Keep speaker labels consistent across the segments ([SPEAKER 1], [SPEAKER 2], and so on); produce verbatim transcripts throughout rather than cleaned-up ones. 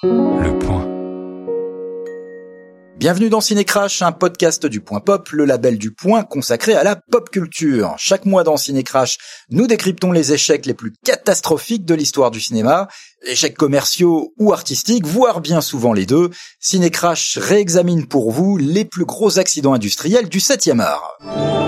[SPEAKER 1] Le Point.
[SPEAKER 2] Bienvenue dans Cinécrash, un podcast du Point Pop, le label du Point consacré à la pop culture. Chaque mois dans Cinécrash, nous décryptons les échecs les plus catastrophiques de l'histoire du cinéma, échecs commerciaux ou artistiques, voire bien souvent les deux. Cinécrash réexamine pour vous les plus gros accidents industriels du septième art.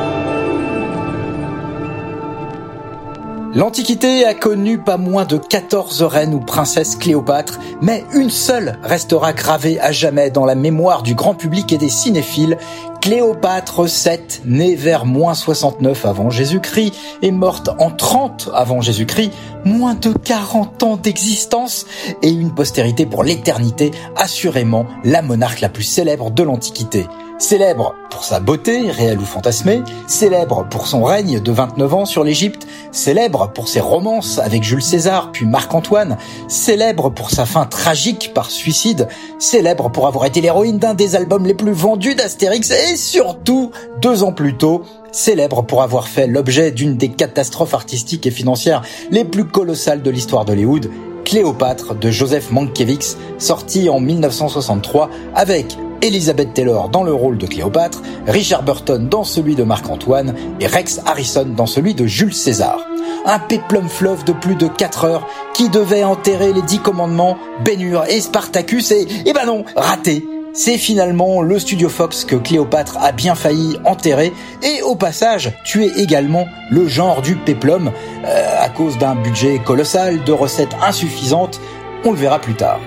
[SPEAKER 2] L'Antiquité a connu pas moins de quatorze reines ou princesses Cléopâtre, mais une seule restera gravée à jamais dans la mémoire du grand public et des cinéphiles. Cléopâtre sept, née vers moins soixante-neuf avant Jésus-Christ et morte en trente avant Jésus-Christ, moins de quarante ans d'existence et une postérité pour l'éternité, assurément la monarque la plus célèbre de l'Antiquité. Célèbre pour sa beauté, réelle ou fantasmée, célèbre pour son règne de vingt-neuf ans sur l'Égypte, célèbre pour ses romances avec Jules César puis Marc-Antoine, célèbre pour sa fin tragique par suicide, célèbre pour avoir été l'héroïne d'un des albums les plus vendus d'Astérix et surtout, deux ans plus tôt, célèbre pour avoir fait l'objet d'une des catastrophes artistiques et financières les plus colossales de l'histoire d'Hollywood, Cléopâtre de Joseph Mankiewicz, sorti en mille neuf cent soixante-trois avec Elizabeth Taylor dans le rôle de Cléopâtre, Richard Burton dans celui de Marc-Antoine et Rex Harrison dans celui de Jules César. Un péplum fleuve de plus de quatre heures qui devait enterrer les dix commandements, Ben-Hur et Spartacus et, et ben non, raté. C'est finalement le studio Fox que Cléopâtre a bien failli enterrer et au passage tuer également le genre du péplum euh, à cause d'un budget colossal, de recettes insuffisantes, on le verra plus tard.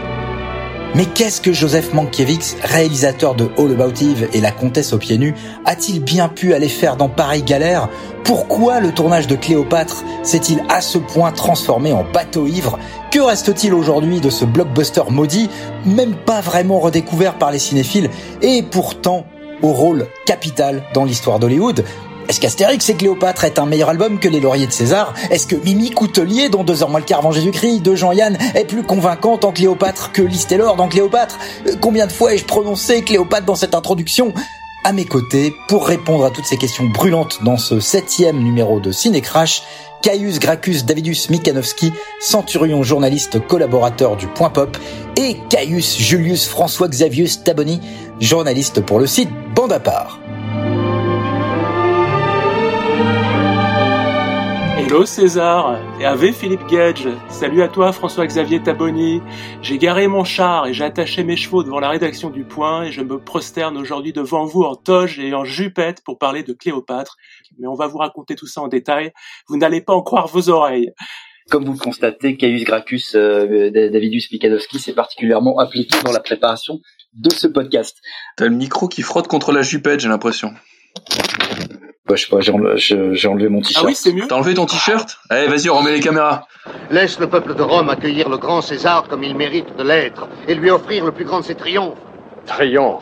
[SPEAKER 2] Mais qu'est-ce que Joseph Mankiewicz, réalisateur de All About Eve et La Comtesse aux pieds nus, a-t-il bien pu aller faire dans pareille galère ? Pourquoi le tournage de Cléopâtre s'est-il à ce point transformé en bateau ivre ? Que reste-t-il aujourd'hui de ce blockbuster maudit, même pas vraiment redécouvert par les cinéphiles, et pourtant au rôle capital dans l'histoire d'Hollywood ? Est-ce qu'Astérix et Cléopâtre est un meilleur album que Les Lauriers de César ? Est-ce que Mimi Coutelier, dans Deux heures moins le quart avant Jésus-Christ, de Jean-Yann, est plus convaincante en Cléopâtre que Liz Taylor dans Cléopâtre ? Combien de fois ai-je prononcé Cléopâtre dans cette introduction ? À mes côtés, pour répondre à toutes ces questions brûlantes dans ce septième numéro de Cinécrash, Caius Gracchus Davidus Mikanowski, centurion journaliste collaborateur du Point Pop, et Caius Julius François Xavius Taboni, journaliste pour le site Bande à part.
[SPEAKER 3] Hello César, et Ave Philippe Gage, salut à toi François-Xavier Taboni. J'ai garé mon char et j'ai attaché mes chevaux devant la rédaction du Point et je me prosterne aujourd'hui devant vous en toge et en jupette pour parler de Cléopâtre. Mais on va vous raconter tout ça en détail, vous n'allez pas en croire vos oreilles.
[SPEAKER 4] Comme vous le constatez, Caius Gracchus euh, Davidus Mikanowski s'est particulièrement impliqué dans la préparation de ce podcast.
[SPEAKER 5] T'as le micro qui frotte contre la jupette, j'ai l'impression.
[SPEAKER 4] Bah, je sais pas, j'ai enlevé, j'ai enlevé mon t-shirt.
[SPEAKER 3] Ah oui, c'est mieux.
[SPEAKER 5] T'as enlevé ton t-shirt ? Allez, vas-y, on remet les caméras.
[SPEAKER 6] Laisse le peuple de Rome accueillir le grand César comme il mérite de l'être et lui offrir le plus grand de ses triomphes.
[SPEAKER 7] Triomphe.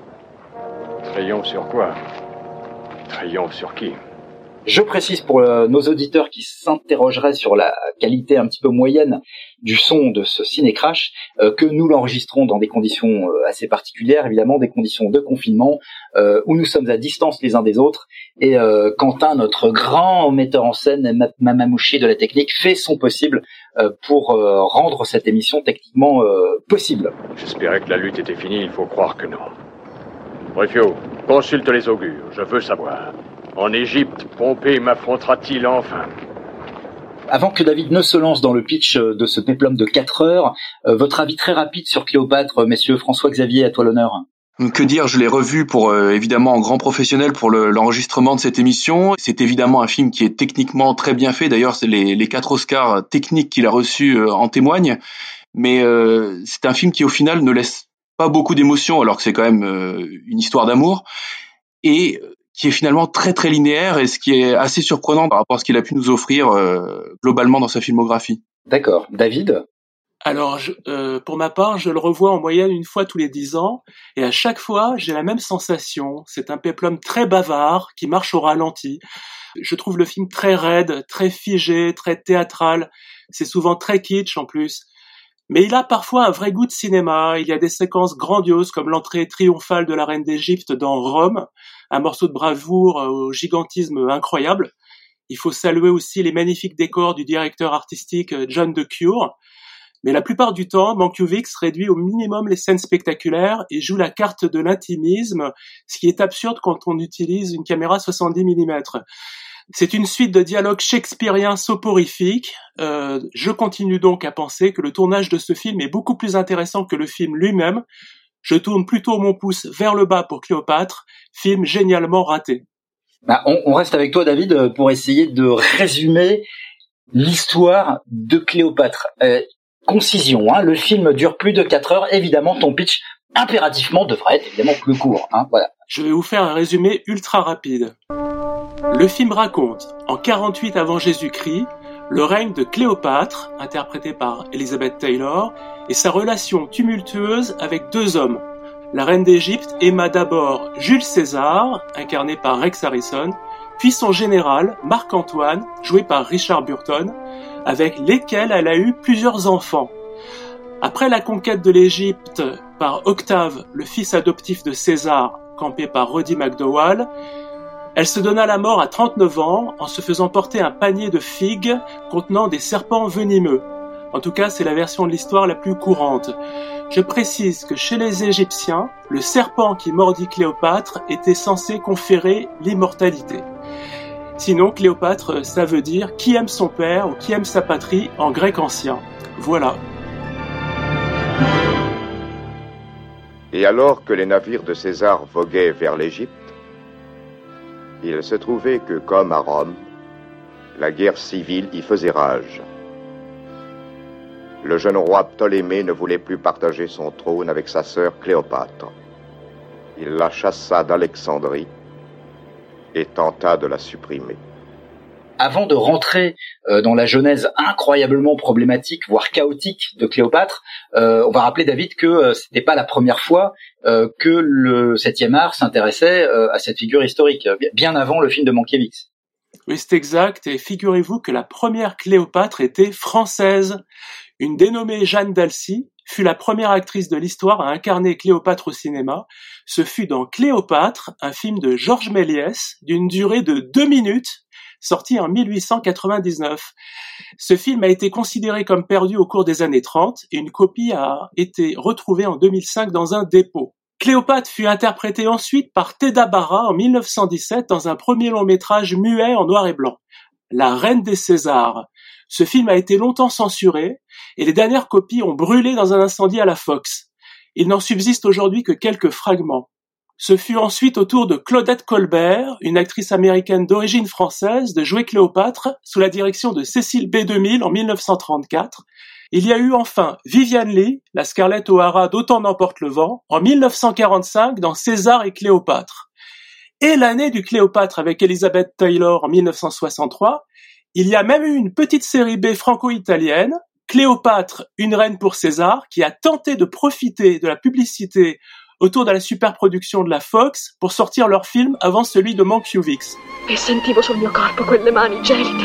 [SPEAKER 7] Triomphe sur quoi ? Triomphe sur qui ?
[SPEAKER 4] Je précise pour euh, nos auditeurs qui s'interrogeraient sur la qualité un petit peu moyenne du son de ce Cinécrash, euh, que nous l'enregistrons dans des conditions euh, assez particulières, évidemment, des conditions de confinement, euh, où nous sommes à distance les uns des autres, et euh, Quentin, notre grand metteur en scène, Mamamouchi de la technique, fait son possible euh, pour euh, rendre cette émission techniquement euh, possible.
[SPEAKER 7] J'espérais que la lutte était finie, il faut croire que non. Rufio, consulte les augures, je veux savoir. En Égypte, Pompée m'affrontera-t-il enfin ?
[SPEAKER 4] Avant que David ne se lance dans le pitch de ce péplum de quatre heures, euh, votre avis très rapide sur Cléopâtre, messieurs. François-Xavier, à toi l'honneur.
[SPEAKER 5] Que dire, je l'ai revu pour euh, évidemment en grand professionnel pour le, l'enregistrement de cette émission. C'est évidemment un film qui est techniquement très bien fait. D'ailleurs, c'est les, les quatre Oscars techniques qu'il a reçus euh, en témoignent. Mais euh, c'est un film qui au final ne laisse pas beaucoup d'émotions, alors que c'est quand même euh, une histoire d'amour. Et qui est finalement très très linéaire et ce qui est assez surprenant par rapport à ce qu'il a pu nous offrir euh, globalement dans sa filmographie.
[SPEAKER 4] D'accord. David ?
[SPEAKER 3] Alors, je, euh, pour ma part, je le revois en moyenne une fois tous les dix ans, et à chaque fois, j'ai la même sensation. C'est un péplum très bavard, qui marche au ralenti. Je trouve le film très raide, très figé, très théâtral. C'est souvent très kitsch en plus. Mais il a parfois un vrai goût de cinéma. Il y a des séquences grandioses comme l'entrée triomphale de la reine d'Égypte dans Rome, un morceau de bravoure au gigantisme incroyable. Il faut saluer aussi les magnifiques décors du directeur artistique John de Cure. Mais la plupart du temps, Mankiewicz réduit au minimum les scènes spectaculaires et joue la carte de l'intimisme, ce qui est absurde quand on utilise une caméra soixante-dix millimètres. C'est une suite de dialogues shakespeariens soporifiques. Euh, je continue donc à penser que le tournage de ce film est beaucoup plus intéressant que le film lui-même. Je tourne plutôt mon pouce vers le bas pour Cléopâtre, film génialement raté.
[SPEAKER 4] Bah, on, on reste avec toi, David, pour essayer de résumer l'histoire de Cléopâtre. Euh, concision, hein, le film dure plus de quatre heures. Évidemment, ton pitch impérativement devrait être évidemment plus court. Hein, voilà.
[SPEAKER 3] Je vais vous faire un résumé ultra rapide. Le film raconte, en quarante-huit avant Jésus-Christ, le règne de Cléopâtre, interprété par Elizabeth Taylor, et sa relation tumultueuse avec deux hommes. La reine d'Égypte aima d'abord Jules César, incarné par Rex Harrison, puis son général, Marc-Antoine, joué par Richard Burton, avec lesquels elle a eu plusieurs enfants. Après la conquête de l'Égypte par Octave, le fils adoptif de César, campé par Roddy McDowall, elle se donna la mort à trente-neuf ans en se faisant porter un panier de figues contenant des serpents venimeux. En tout cas, c'est la version de l'histoire la plus courante. Je précise que chez les Égyptiens, le serpent qui mordit Cléopâtre était censé conférer l'immortalité. Sinon, Cléopâtre, ça veut dire qui aime son père ou qui aime sa patrie en grec ancien. Voilà.
[SPEAKER 1] Et alors que les navires de César voguaient vers l'Égypte, il se trouvait que, comme à Rome, la guerre civile y faisait rage. Le jeune roi Ptolémée ne voulait plus partager son trône avec sa sœur Cléopâtre. Il la chassa d'Alexandrie et tenta de la supprimer.
[SPEAKER 4] Avant de rentrer euh, dans la genèse incroyablement problématique, voire chaotique de Cléopâtre, euh, on va rappeler, David, que euh, c'était pas la première fois euh, que le septième art s'intéressait euh, à cette figure historique, bien avant le film de Mankiewicz.
[SPEAKER 3] Oui, c'est exact, et figurez-vous que la première Cléopâtre était française. Une dénommée Jeanne d'Alcy fut la première actrice de l'histoire à incarner Cléopâtre au cinéma. Ce fut dans Cléopâtre, un film de Georges Méliès, d'une durée de deux minutes, sorti en mille huit cent quatre-vingt-dix-neuf. Ce film a été considéré comme perdu au cours des années trente et une copie a été retrouvée en deux mille cinq dans un dépôt. Cléopâtre fut interprétée ensuite par Theda Bara en mille neuf cent dix-sept dans un premier long-métrage muet en noir et blanc, La Reine des Césars. Ce film a été longtemps censuré et les dernières copies ont brûlé dans un incendie à la Fox. Il n'en subsiste aujourd'hui que quelques fragments. Ce fut ensuite au tour de Claudette Colbert, une actrice américaine d'origine française, de jouer Cléopâtre sous la direction de Cécile B deux mille en mille neuf cent trente-quatre. Il y a eu enfin Vivian Leigh, la Scarlett O'Hara d'Autant n'emporte le vent, en mille neuf cent quarante-cinq dans César et Cléopâtre. Et l'année du Cléopâtre avec Elizabeth Taylor en mille neuf cent soixante-trois, il y a même eu une petite série B franco-italienne, Cléopâtre, une reine pour César, qui a tenté de profiter de la publicité autour de la superproduction de la Fox pour sortir leur film avant celui de Mankiewicz.
[SPEAKER 8] E sentivo sul mio corpo quelle mani gelide.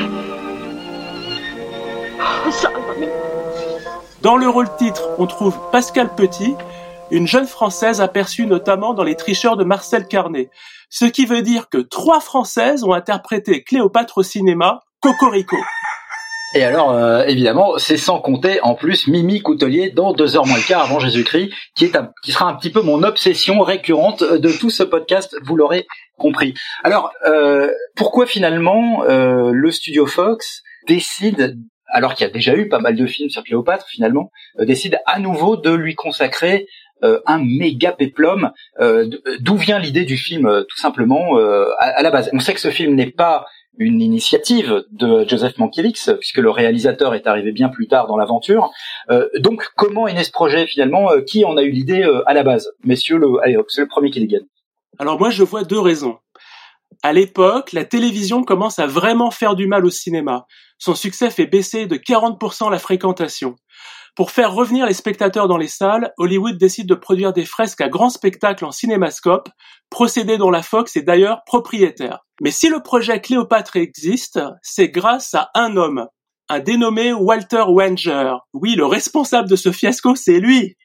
[SPEAKER 8] Oh, salvami.
[SPEAKER 3] Dans le rôle titre, on trouve Pascal Petit, une jeune Française aperçue notamment dans Les Tricheurs de Marcel Carné. Ce qui veut dire que trois Françaises ont interprété Cléopâtre au cinéma, cocorico.
[SPEAKER 4] Et alors, euh, évidemment, c'est sans compter en plus Mimi Coutelier dans deux heures moins le quart avant Jésus-Christ, qui est un, qui sera un petit peu mon obsession récurrente de tout ce podcast, vous l'aurez compris. Alors, euh, pourquoi finalement euh, le studio Fox décide, alors qu'il y a déjà eu pas mal de films sur Cléopâtre finalement, euh, décide à nouveau de lui consacrer euh, un méga péplum, euh, d'où vient l'idée du film euh, tout simplement euh, à, à la base. On sait que ce film n'est pas une initiative de Joseph Mankiewicz, puisque le réalisateur est arrivé bien plus tard dans l'aventure. Euh, donc, comment est né ce projet finalement? euh, Qui en a eu l'idée euh, à la base? Messieurs, le, allez, c'est le premier qui dégaine.
[SPEAKER 3] Alors moi, je vois deux raisons. À l'époque, la télévision commence à vraiment faire du mal au cinéma. Son succès fait baisser de quarante pour cent la fréquentation. Pour faire revenir les spectateurs dans les salles, Hollywood décide de produire des fresques à grand spectacle en cinémascope, procédé dont la Fox est d'ailleurs propriétaire. Mais si le projet Cléopâtre existe, c'est grâce à un homme, un dénommé Walter Wanger. Oui, le responsable de ce fiasco, c'est lui.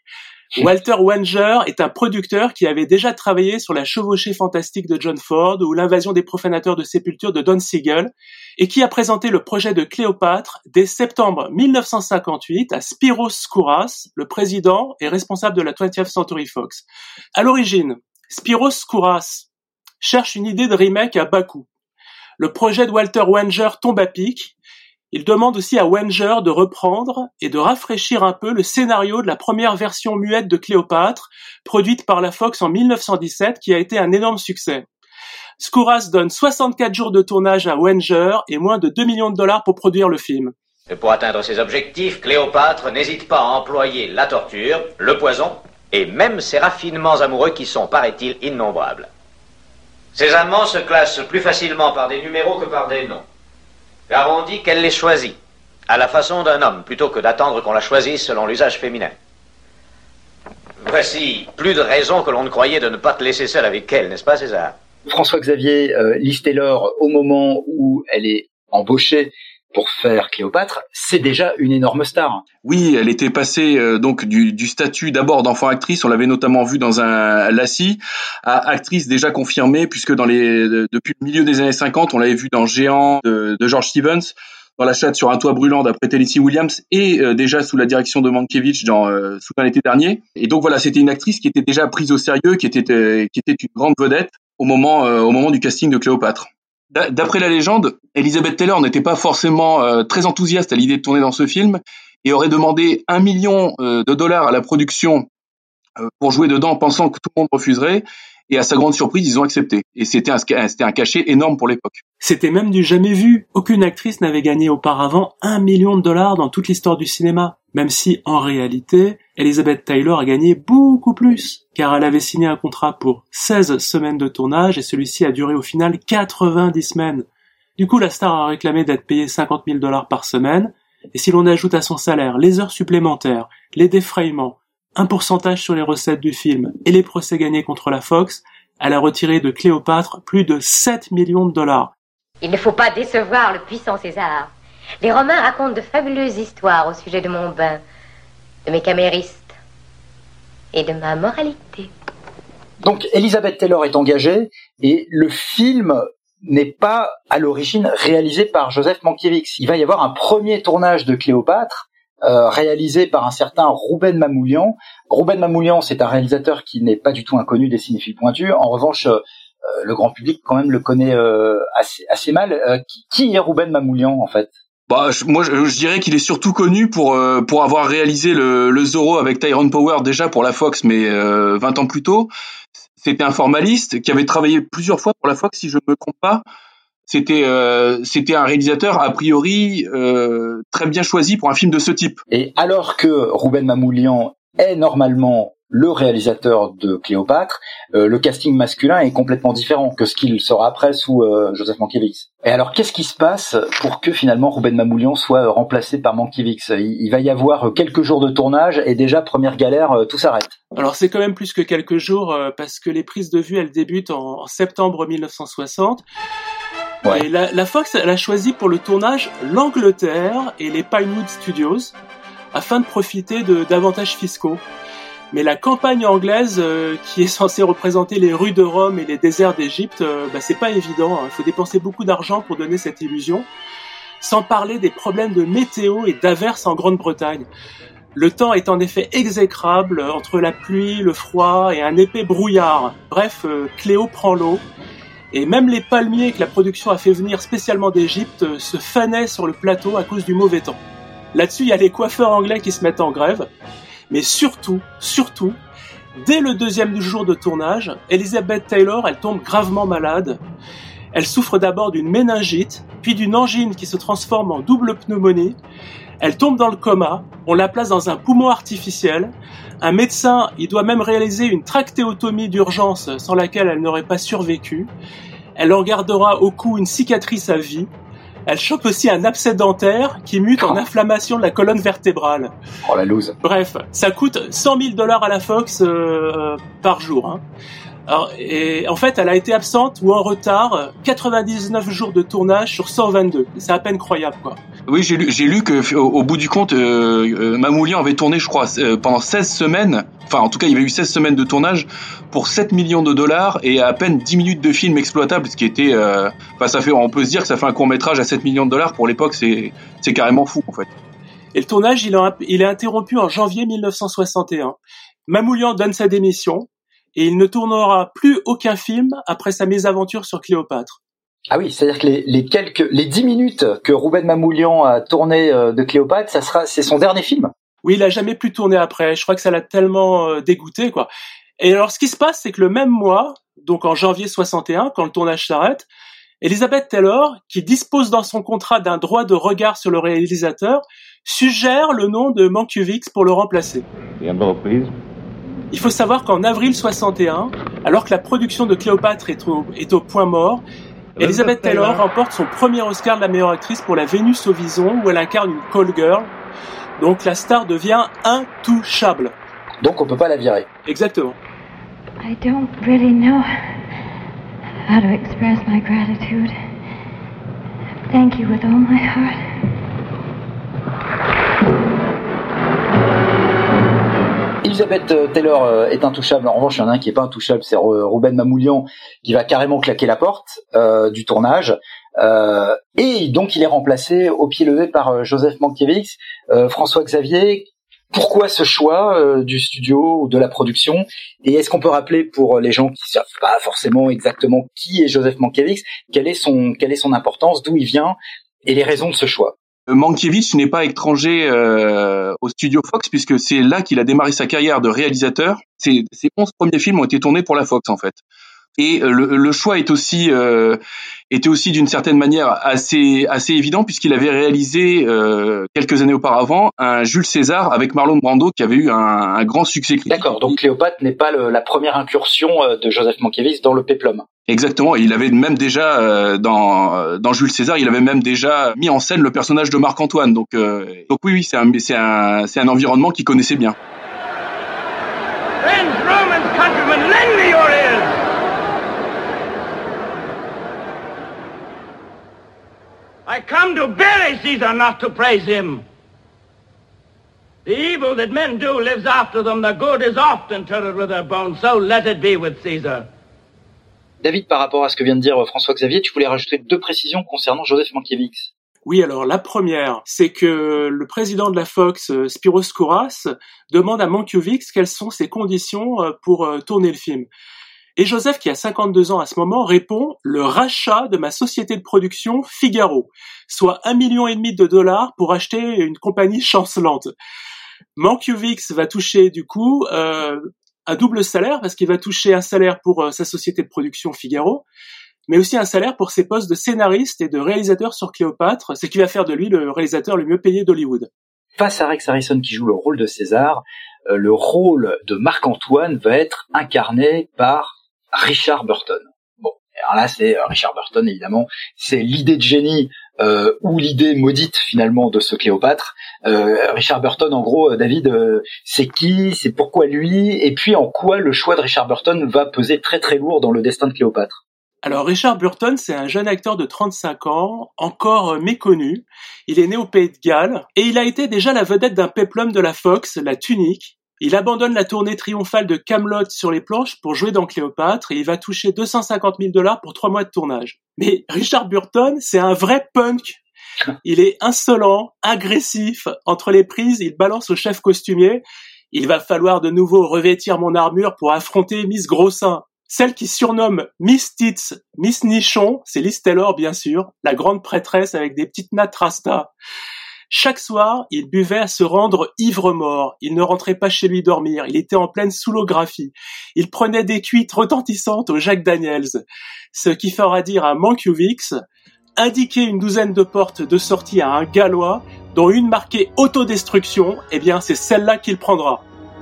[SPEAKER 3] Walter Wanger est un producteur qui avait déjà travaillé sur La Chevauchée fantastique de John Ford ou L'invasion des profanateurs de sépulture de Don Siegel et qui a présenté le projet de Cléopâtre dès septembre mille neuf cent cinquante-huit à Spyros Skouras, le président et responsable de la twentieth Century Fox. À l'origine, Spyros Skouras cherche une idée de remake à bas coût. Le projet de Walter Wanger tombe à pic. Il demande aussi à Wanger de reprendre et de rafraîchir un peu le scénario de la première version muette de Cléopâtre, produite par la Fox en mille neuf cent dix-sept, qui a été un énorme succès. Skouras donne soixante-quatre jours de tournage à Wanger et moins de deux millions de dollars pour produire le film.
[SPEAKER 9] Et pour atteindre ses objectifs, Cléopâtre n'hésite pas à employer la torture, le poison et même ses raffinements amoureux qui sont, paraît-il, innombrables. Ses amants se classent plus facilement par des numéros que par des noms. Car on dit qu'elle les choisit, à la façon d'un homme, plutôt que d'attendre qu'on la choisisse selon l'usage féminin. Voici plus de raisons que l'on ne croyait de ne pas te laisser seul avec elle, n'est-ce pas, César?
[SPEAKER 4] François-Xavier, euh, Liz Taylor, au moment où elle est embauchée pour faire Cléopâtre, c'est déjà une énorme star.
[SPEAKER 5] Oui, elle était passée euh, donc du, du statut d'abord d'enfant actrice, on l'avait notamment vu dans un Lassie, à actrice déjà confirmée, puisque dans les depuis le milieu des années cinquante, on l'avait vu dans Géant de, de George Stevens, dans La chatte sur un toit brûlant d'après Tennessee Williams, et euh, déjà sous la direction de Mankiewicz dans euh, Soudain l'été dernier. Et donc voilà, c'était une actrice qui était déjà prise au sérieux, qui était euh, qui était une grande vedette au moment euh, au moment du casting de Cléopâtre. D'après la légende, Elizabeth Taylor n'était pas forcément euh, très enthousiaste à l'idée de tourner dans ce film et aurait demandé un million euh, de dollars à la production euh, pour jouer dedans, pensant que tout le monde refuserait. Et à sa grande surprise, ils ont accepté. Et c'était un, c'était un cachet énorme pour l'époque.
[SPEAKER 3] C'était même du jamais vu. Aucune actrice n'avait gagné auparavant un million de dollars dans toute l'histoire du cinéma. Même si, en réalité, Elizabeth Taylor a gagné beaucoup plus. Car elle avait signé un contrat pour seize semaines de tournage et celui-ci a duré au final quatre-vingt-dix semaines. Du coup, la star a réclamé d'être payée cinquante mille dollars par semaine. Et si l'on ajoute à son salaire les heures supplémentaires, les défrayements, un pourcentage sur les recettes du film et les procès gagnés contre la Fox, elle a retiré de Cléopâtre plus de sept millions de dollars.
[SPEAKER 10] Il ne faut pas décevoir le puissant César. Les Romains racontent de fabuleuses histoires au sujet de mon bain, de mes caméristes et de ma moralité.
[SPEAKER 4] Donc Elizabeth Taylor est engagée et le film n'est pas à l'origine réalisé par Joseph Mankiewicz. Il va y avoir un premier tournage de Cléopâtre Euh, réalisé par un certain Rouben Mamoulian. Rouben Mamoulian, c'est un réalisateur qui n'est pas du tout inconnu des cinéphiles pointus. En revanche, euh, le grand public quand même le connaît euh, assez, assez mal. Euh, qui, qui est Rouben Mamoulian en fait?
[SPEAKER 5] Bah, je, moi, je, je dirais qu'il est surtout connu pour euh, pour avoir réalisé le, le Zorro avec Tyrone Power déjà pour la Fox, mais euh, vingt ans plus tôt. C'était un formaliste qui avait travaillé plusieurs fois pour la Fox, si je ne me trompe pas. C'était euh, c'était un réalisateur a priori euh, très bien choisi pour un film de ce type.
[SPEAKER 4] Et alors que Rouben Mamoulian est normalement le réalisateur de Cléopâtre, euh, le casting masculin est complètement différent que ce qu'il sera après sous euh, Joseph Mankiewicz. Et alors qu'est-ce qui se passe pour que finalement Rouben Mamoulian soit remplacé par Mankiewicz? il, il va y avoir quelques jours de tournage et déjà première galère, euh, tout s'arrête.
[SPEAKER 3] Alors c'est quand même plus que quelques jours euh, parce que les prises de vue elles débutent en, en septembre mille neuf cent soixante. Ouais. Et la, la Fox, elle a choisi pour le tournage l'Angleterre et les Pinewood Studios afin de profiter de d'avantages fiscaux. Mais la campagne anglaise, euh, qui est censée représenter les rues de Rome et les déserts d'Égypte, euh, bah, c'est pas évident. Il faut dépenser beaucoup d'argent pour donner cette illusion. Sans parler des problèmes de météo et d'averses en Grande-Bretagne. Le temps est en effet exécrable entre la pluie, le froid et un épais brouillard. Bref, euh, Cléo prend l'eau. Et même les palmiers que la production a fait venir spécialement d'Égypte se fanaient sur le plateau à cause du mauvais temps. Là-dessus, il y a les coiffeurs anglais qui se mettent en grève. Mais surtout, surtout, dès le deuxième jour de tournage, Elizabeth Taylor, elle tombe gravement malade. Elle souffre d'abord d'une méningite, puis d'une angine qui se transforme en double pneumonie. Elle tombe dans le coma, on la place dans un poumon artificiel. Un médecin, il doit même réaliser une trachéotomie d'urgence sans laquelle elle n'aurait pas survécu. Elle en gardera au cou une cicatrice à vie. Elle chope aussi un abcès dentaire qui mute en inflammation de la colonne vertébrale.
[SPEAKER 4] Oh la loose.
[SPEAKER 3] Bref, ça coûte cent mille dollars à la Fox euh, par jour. Hein. Alors, et en fait, elle a été absente ou en retard quatre-vingt-dix-neuf jours de tournage sur cent vingt-deux. C'est à peine croyable, quoi.
[SPEAKER 5] Oui, j'ai lu, j'ai lu que au, au bout du compte, euh, euh, Mamoulian avait tourné, je crois, euh, pendant seize semaines. Enfin, en tout cas, il y avait eu seize semaines de tournage pour sept millions de dollars et à peine dix minutes de film exploitable, ce qui était, euh, enfin, ça fait, on peut se dire que ça fait un court métrage à sept millions de dollars pour l'époque, c'est, c'est carrément fou, en fait.
[SPEAKER 3] Et le tournage, il, a, il est interrompu en janvier mille neuf cent soixante et un. Mamoulian donne sa démission. Et il ne tournera plus aucun film après sa mésaventure sur Cléopâtre.
[SPEAKER 4] Ah oui, c'est-à-dire que les, les quelques, les dix minutes que Rouben Mamoulian a tourné de Cléopâtre, ça sera, c'est son dernier film.
[SPEAKER 3] Oui, il a jamais pu tourner après. Je crois que ça l'a tellement euh, dégoûté, quoi. Et alors, ce qui se passe, c'est que le même mois, donc en janvier soixante et un, quand le tournage s'arrête, Elizabeth Taylor, qui dispose dans son contrat d'un droit de regard sur le réalisateur, suggère le nom de Mankiewicz pour le remplacer.
[SPEAKER 11] The envelope, please.
[SPEAKER 3] Il faut savoir qu'en avril soixante et un, alors que la production de Cléopâtre est au, est au point mort, Elizabeth Taylor remporte son premier Oscar de la meilleure actrice pour La Vénus au Vison, où elle incarne une call girl. Donc la star devient intouchable.
[SPEAKER 4] Donc on peut pas la virer.
[SPEAKER 3] Exactement.
[SPEAKER 12] I don't really know how to express my gratitude. Thank you with all my heart.
[SPEAKER 4] Elisabeth Taylor est intouchable. En revanche, il y en a un qui est pas intouchable, c'est Rouben Mamoulian, qui va carrément claquer la porte euh, du tournage. Euh, et donc, il est remplacé au pied levé par Joseph Mankiewicz. Euh, François Xavier, pourquoi ce choix euh, du studio ou de la production? Et est-ce qu'on peut rappeler pour les gens qui savent pas forcément exactement qui est Joseph Mankiewicz, quelle est son, quelle est son importance, d'où il vient et les raisons de ce choix?
[SPEAKER 5] Mankiewicz n'est pas étranger euh, au studio Fox puisque c'est là qu'il a démarré sa carrière de réalisateur. Ses, ses onze premiers films ont été tournés pour la Fox en fait. Et le, le choix est aussi euh, était aussi d'une certaine manière assez assez évident puisqu'il avait réalisé euh, quelques années auparavant un Jules César avec Marlon Brando qui avait eu un, un grand succès critique.
[SPEAKER 4] D'accord, donc Cléopâtre n'est pas le, la première incursion de Joseph Mankiewicz dans le péplum.
[SPEAKER 5] Exactement, il avait même déjà euh, dans dans Jules César, il avait même déjà mis en scène le personnage de Marc-Antoine. Donc euh, donc oui oui, c'est un c'est un c'est un environnement qu'il connaissait bien.
[SPEAKER 13] Friends, Romans, countrymen, lend me your ears. I come to bury Caesar, not to praise him. The evil that men do lives after them. The good is oft interred with their bones. So let it be with Caesar.
[SPEAKER 4] David, par rapport à ce que vient de dire François-Xavier, tu voulais rajouter deux précisions concernant Joseph Mankiewicz.
[SPEAKER 3] Oui, alors la première, c'est que le président de la Fox, Spiros Kouras, demande à Mankiewicz quelles sont ses conditions pour tourner le film. Et Joseph, qui a cinquante-deux ans à ce moment, répond « le rachat de ma société de production Figaro », soit un million et demi de dollars pour acheter une compagnie chancelante. Mankiewicz va toucher du coup euh, un double salaire, parce qu'il va toucher un salaire pour euh, sa société de production Figaro, mais aussi un salaire pour ses postes de scénariste et de réalisateur sur Cléopâtre, ce qui va faire de lui le réalisateur le mieux payé d'Hollywood.
[SPEAKER 4] Face à Rex Harrison qui joue le rôle de César, euh, le rôle de Marc-Antoine va être incarné par Richard Burton. Bon, alors là c'est euh, Richard Burton évidemment, c'est l'idée de génie euh, ou l'idée maudite finalement de ce Cléopâtre. Euh, Richard Burton, en gros, euh, David, euh, c'est qui, c'est pourquoi lui, et puis en quoi le choix de Richard Burton va peser très très lourd dans le destin de Cléopâtre.
[SPEAKER 3] Alors Richard Burton, c'est un jeune acteur de trente-cinq ans, encore euh, méconnu. Il est né au Pays de Galles et il a été déjà la vedette d'un péplum de la Fox, La Tunique. Il abandonne la tournée triomphale de Camelot sur les planches pour jouer dans Cléopâtre et il va toucher deux cent cinquante mille dollars pour trois mois de tournage. Mais Richard Burton, c'est un vrai punk. Il est insolent, agressif. Entre les prises, il balance au chef costumier. Il va falloir de nouveau revêtir mon armure pour affronter Miss Grossein. Celle qui surnomme Miss Tits, Miss Nichon, c'est Liz Taylor bien sûr, la grande prêtresse avec des petites nattes rasta. Chaque soir, il buvait à se rendre ivre-mort. Il ne rentrait pas chez lui dormir. Il était en pleine soulographie. Il prenait des cuites retentissantes au Jack Daniels. Ce qui fera dire à Mankiewicz, indiquer une douzaine de portes de sortie à un Gallois, dont une marquée autodestruction, eh bien, c'est celle-là qu'il prendra.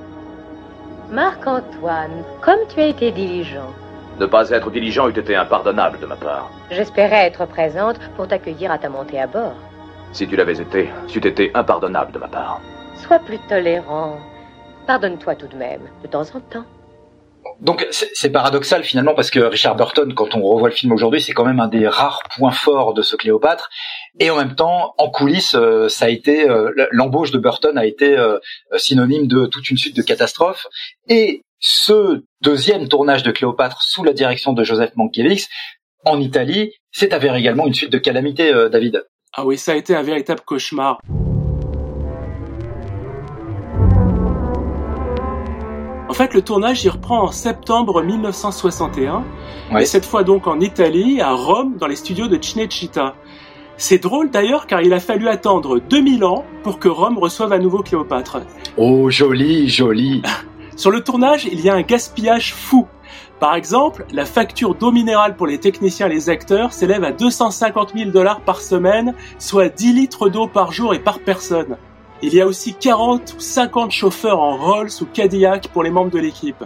[SPEAKER 10] Marc-Antoine, comme tu as été diligent.
[SPEAKER 14] Ne pas être diligent eût été impardonnable de ma part.
[SPEAKER 10] J'espérais être présente pour t'accueillir à ta montée à bord.
[SPEAKER 14] Si tu l'avais été, c'eût été impardonnable de ma part.
[SPEAKER 10] Sois plus tolérant. Pardonne-toi tout de même, de temps en temps.
[SPEAKER 4] Donc c'est, c'est paradoxal finalement parce que Richard Burton, quand on revoit le film aujourd'hui, c'est quand même un des rares points forts de ce Cléopâtre. Et en même temps, en coulisses, euh, ça a été euh, l'embauche de Burton a été euh, synonyme de toute une suite de catastrophes. Et ce deuxième tournage de Cléopâtre sous la direction de Joseph Mankiewicz en Italie s'est avéré également une suite de calamités, euh, David.
[SPEAKER 3] Ah oui, ça a été un véritable cauchemar. En fait, le tournage y reprend en septembre dix-neuf cent soixante et un, ouais. Et cette fois donc en Italie, à Rome, dans les studios de Cinecittà. C'est drôle d'ailleurs car il a fallu attendre deux mille ans pour que Rome reçoive à nouveau Cléopâtre.
[SPEAKER 4] Oh, joli, joli.
[SPEAKER 3] Sur le tournage, il y a un gaspillage fou. Par exemple, la facture d'eau minérale pour les techniciens et les acteurs s'élève à deux cent cinquante mille dollars par semaine, soit dix litres d'eau par jour et par personne. Il y a aussi quarante ou cinquante chauffeurs en Rolls ou Cadillac pour les membres de l'équipe.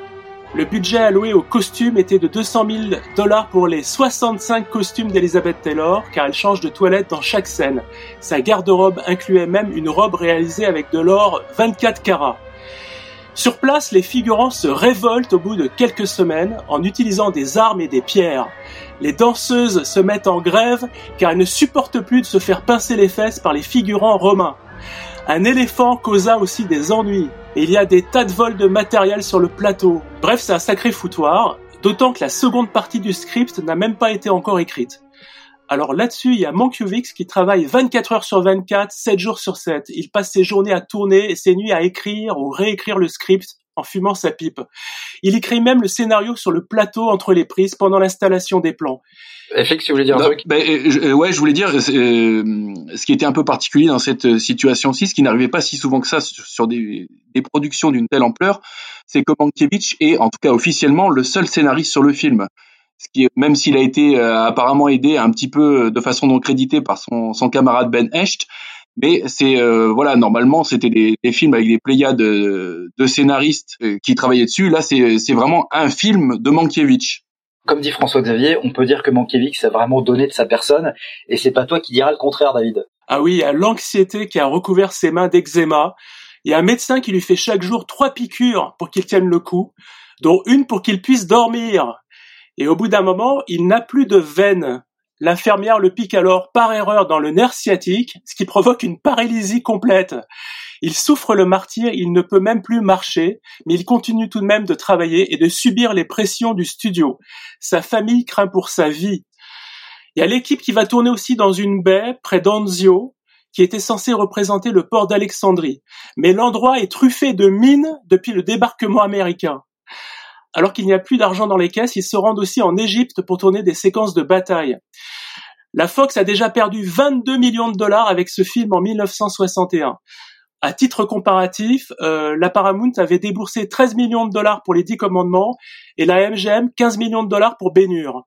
[SPEAKER 3] Le budget alloué aux costumes était de deux cent mille dollars pour les soixante-cinq costumes d'Elizabeth Taylor, car elle change de toilette dans chaque scène. Sa garde-robe incluait même une robe réalisée avec de l'or vingt-quatre carats. Sur place, les figurants se révoltent au bout de quelques semaines en utilisant des armes et des pierres. Les danseuses se mettent en grève car elles ne supportent plus de se faire pincer les fesses par les figurants romains. Un éléphant causa aussi des ennuis. Et il y a des tas de vols de matériel sur le plateau. Bref, c'est un sacré foutoir, d'autant que la seconde partie du script n'a même pas été encore écrite. Alors là-dessus, il y a Mankiewicz qui travaille vingt-quatre heures sur vingt-quatre, sept jours sur sept. Il passe ses journées à tourner et ses nuits à écrire ou réécrire le script en fumant sa pipe. Il écrit même le scénario sur le plateau entre les prises pendant l'installation des plans.
[SPEAKER 4] F X, tu voulais dire un
[SPEAKER 5] non,
[SPEAKER 4] truc
[SPEAKER 5] ben, euh, Ouais, je voulais dire, euh, ce qui était un peu particulier dans cette situation-ci, ce qui n'arrivait pas si souvent que ça sur, sur des, des productions d'une telle ampleur, c'est que Mankiewicz est, en tout cas officiellement, le seul scénariste sur le film. Ce qui, même s'il a été euh, apparemment aidé un petit peu de façon non créditée par son, son camarade Ben Hecht, mais c'est euh, voilà, normalement c'était des, des films avec des pléiades de, de scénaristes euh, qui travaillaient dessus. Là, c'est, c'est vraiment un film de Mankiewicz.
[SPEAKER 4] Comme dit François-Xavier, on peut dire que Mankiewicz a vraiment donné de sa personne, et c'est pas toi qui diras le contraire, David.
[SPEAKER 3] Ah oui, il y a l'anxiété qui a recouvert ses mains d'eczéma. Il y a un médecin qui lui fait chaque jour trois piqûres pour qu'il tienne le coup, dont une pour qu'il puisse dormir. Et au bout d'un moment, il n'a plus de veine. L'infirmière le pique alors par erreur dans le nerf sciatique, ce qui provoque une paralysie complète. Il souffre le martyre, il ne peut même plus marcher, mais il continue tout de même de travailler et de subir les pressions du studio. Sa famille craint pour sa vie. Il y a l'équipe qui va tourner aussi dans une baie près d'Anzio, qui était censée représenter le port d'Alexandrie. Mais l'endroit est truffé de mines depuis le débarquement américain. Alors qu'il n'y a plus d'argent dans les caisses, ils se rendent aussi en Égypte pour tourner des séquences de bataille. La Fox a déjà perdu vingt-deux millions de dollars avec ce film en dix-neuf cent soixante et un. À titre comparatif, euh, la Paramount avait déboursé treize millions de dollars pour les Dix Commandements et la M G M quinze millions de dollars pour Ben-Hur.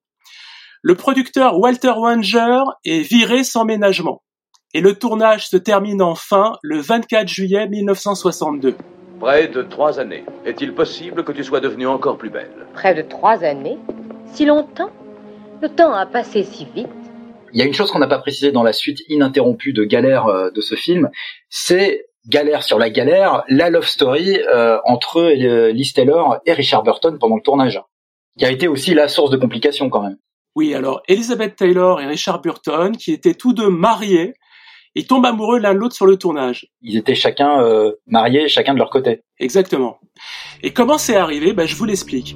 [SPEAKER 3] Le producteur Walter Wanger est viré sans ménagement. Et le tournage se termine enfin le vingt-quatre juillet dix-neuf cent soixante-deux.
[SPEAKER 14] Près de trois années. Est-il possible que tu sois devenue encore plus belle?
[SPEAKER 10] Près de trois années? Si longtemps? Le temps a passé si vite.
[SPEAKER 4] Il y a une chose qu'on n'a pas précisée dans la suite ininterrompue de galère euh, de ce film, c'est galère sur la galère, la love story euh, entre euh, Liz Taylor et Richard Burton pendant le tournage, qui a été aussi la source de complications quand même.
[SPEAKER 3] Oui, alors Elizabeth Taylor et Richard Burton, qui étaient tous deux mariés, ils tombent amoureux l'un de l'autre sur le tournage.
[SPEAKER 4] Ils étaient chacun euh, mariés, chacun de leur côté.
[SPEAKER 3] Exactement. Et comment c'est arrivé? Ben, je vous l'explique.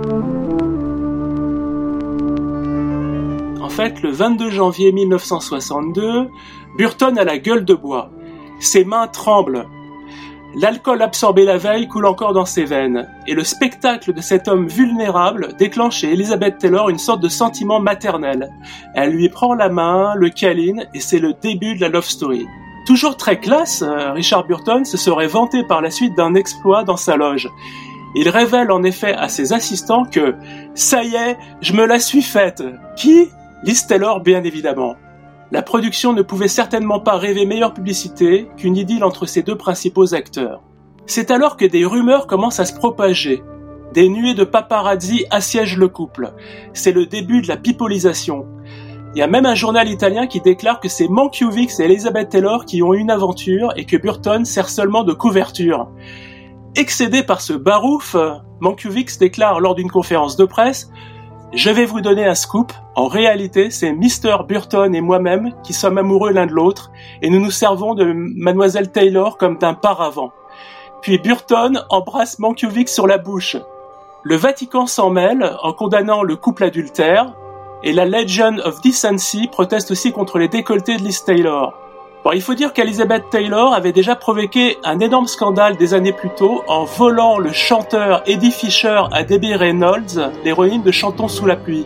[SPEAKER 3] En fait, le vingt-deux janvier dix-neuf cent soixante-deux, Burton a la gueule de bois. Ses mains tremblent. L'alcool absorbé la veille coule encore dans ses veines. Et le spectacle de cet homme vulnérable déclenche chez Elizabeth Taylor une sorte de sentiment maternel. Elle lui prend la main, le câline, et c'est le début de la love story. Toujours très classe, Richard Burton se serait vanté par la suite d'un exploit dans sa loge. Il révèle en effet à ses assistants que « ça y est, je me la suis faite ». Qui? Liz Taylor, bien évidemment. La production ne pouvait certainement pas rêver meilleure publicité qu'une idylle entre ces deux principaux acteurs. C'est alors que des rumeurs commencent à se propager. Des nuées de paparazzi assiègent le couple. C'est le début de la pipolisation. Il y a même un journal italien qui déclare que c'est Mankiewicz et Elizabeth Taylor qui ont une aventure et que Burton sert seulement de couverture. Excédé par ce barouf, Mankiewicz déclare lors d'une conférence de presse « Je vais vous donner un scoop. En réalité, c'est mister Burton et moi-même qui sommes amoureux l'un de l'autre et nous nous servons de Mademoiselle Taylor comme d'un paravent. » Puis Burton embrasse Mankiewicz sur la bouche. Le Vatican s'en mêle en condamnant le couple adultère et la Legion of Decency proteste aussi contre les décolletés de Liz Taylor. Bon, il faut dire qu'Elizabeth Taylor avait déjà provoqué un énorme scandale des années plus tôt en volant le chanteur Eddie Fisher à Debbie Reynolds, l'héroïne de Chantons sous la pluie.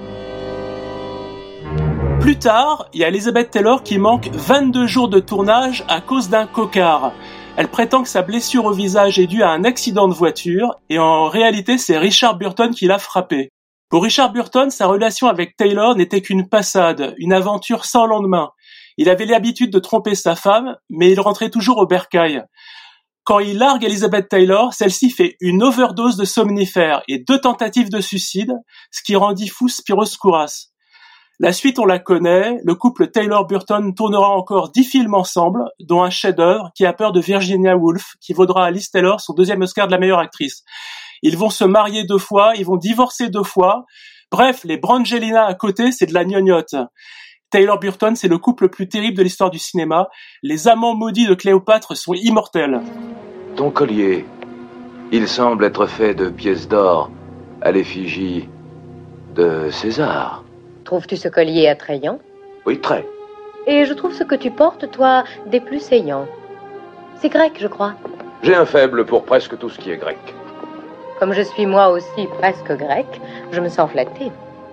[SPEAKER 3] Plus tard, il y a Elizabeth Taylor qui manque vingt-deux jours de tournage à cause d'un cocard. Elle prétend que sa blessure au visage est due à un accident de voiture et en réalité c'est Richard Burton qui l'a frappé. Pour Richard Burton, sa relation avec Taylor n'était qu'une passade, une aventure sans lendemain. Il avait l'habitude de tromper sa femme, mais il rentrait toujours au bercail. Quand il largue Elizabeth Taylor, celle-ci fait une overdose de somnifères et deux tentatives de suicide, ce qui rendit fou Spyros Skouras. La suite, on la connaît, le couple Taylor-Burton tournera encore dix films ensemble, dont un chef-d'œuvre qui a peur de Virginia Woolf, qui vaudra à Liz Taylor son deuxième Oscar de la meilleure actrice. Ils vont se marier deux fois, ils vont divorcer deux fois. Bref, les Brangelina à côté, c'est de la gnognotte. Taylor-Burton, c'est le couple le plus terrible de l'histoire du cinéma. Les amants maudits de Cléopâtre sont immortels.
[SPEAKER 14] Ton collier, il semble être fait de pièces d'or à l'effigie de César.
[SPEAKER 10] Trouves-tu ce collier attrayant?
[SPEAKER 14] Oui, très.
[SPEAKER 10] Et je trouve ce que tu portes, toi, des plus saillants. C'est grec, je crois.
[SPEAKER 14] J'ai un faible pour presque tout ce qui est grec.
[SPEAKER 10] Comme je suis moi aussi presque grec, je me sens flattée.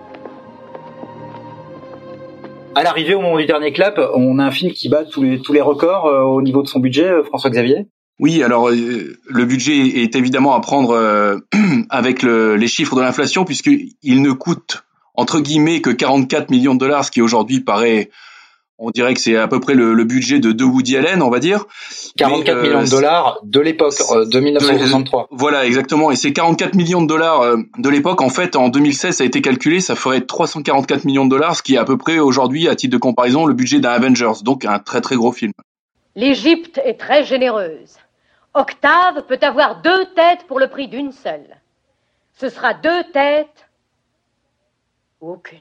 [SPEAKER 4] À l'arrivée, au moment du dernier clap, on a un film qui bat tous les, tous les records euh, au niveau de son budget, euh, François-Xavier.
[SPEAKER 5] Oui, alors euh, le budget est évidemment à prendre euh, avec le, les chiffres de l'inflation, puisqu'il ne coûte entre guillemets que quarante-quatre millions de dollars, ce qui aujourd'hui paraît, on dirait que c'est à peu près le, le budget de deux Woody Allen, on va dire.
[SPEAKER 4] quarante-quatre Mais, euh, millions de dollars de l'époque, euh, de dix-neuf cent soixante-trois.
[SPEAKER 5] Voilà, exactement. Et ces quarante-quatre millions de dollars euh, de l'époque, en fait, en deux mille seize, ça a été calculé, ça ferait trois cent quarante-quatre millions de dollars, ce qui est à peu près aujourd'hui, à titre de comparaison, le budget d'un Avengers. Donc un très très gros film.
[SPEAKER 10] L'Égypte est très généreuse. Octave peut avoir deux têtes pour le prix d'une seule. Ce sera deux têtes ou aucune.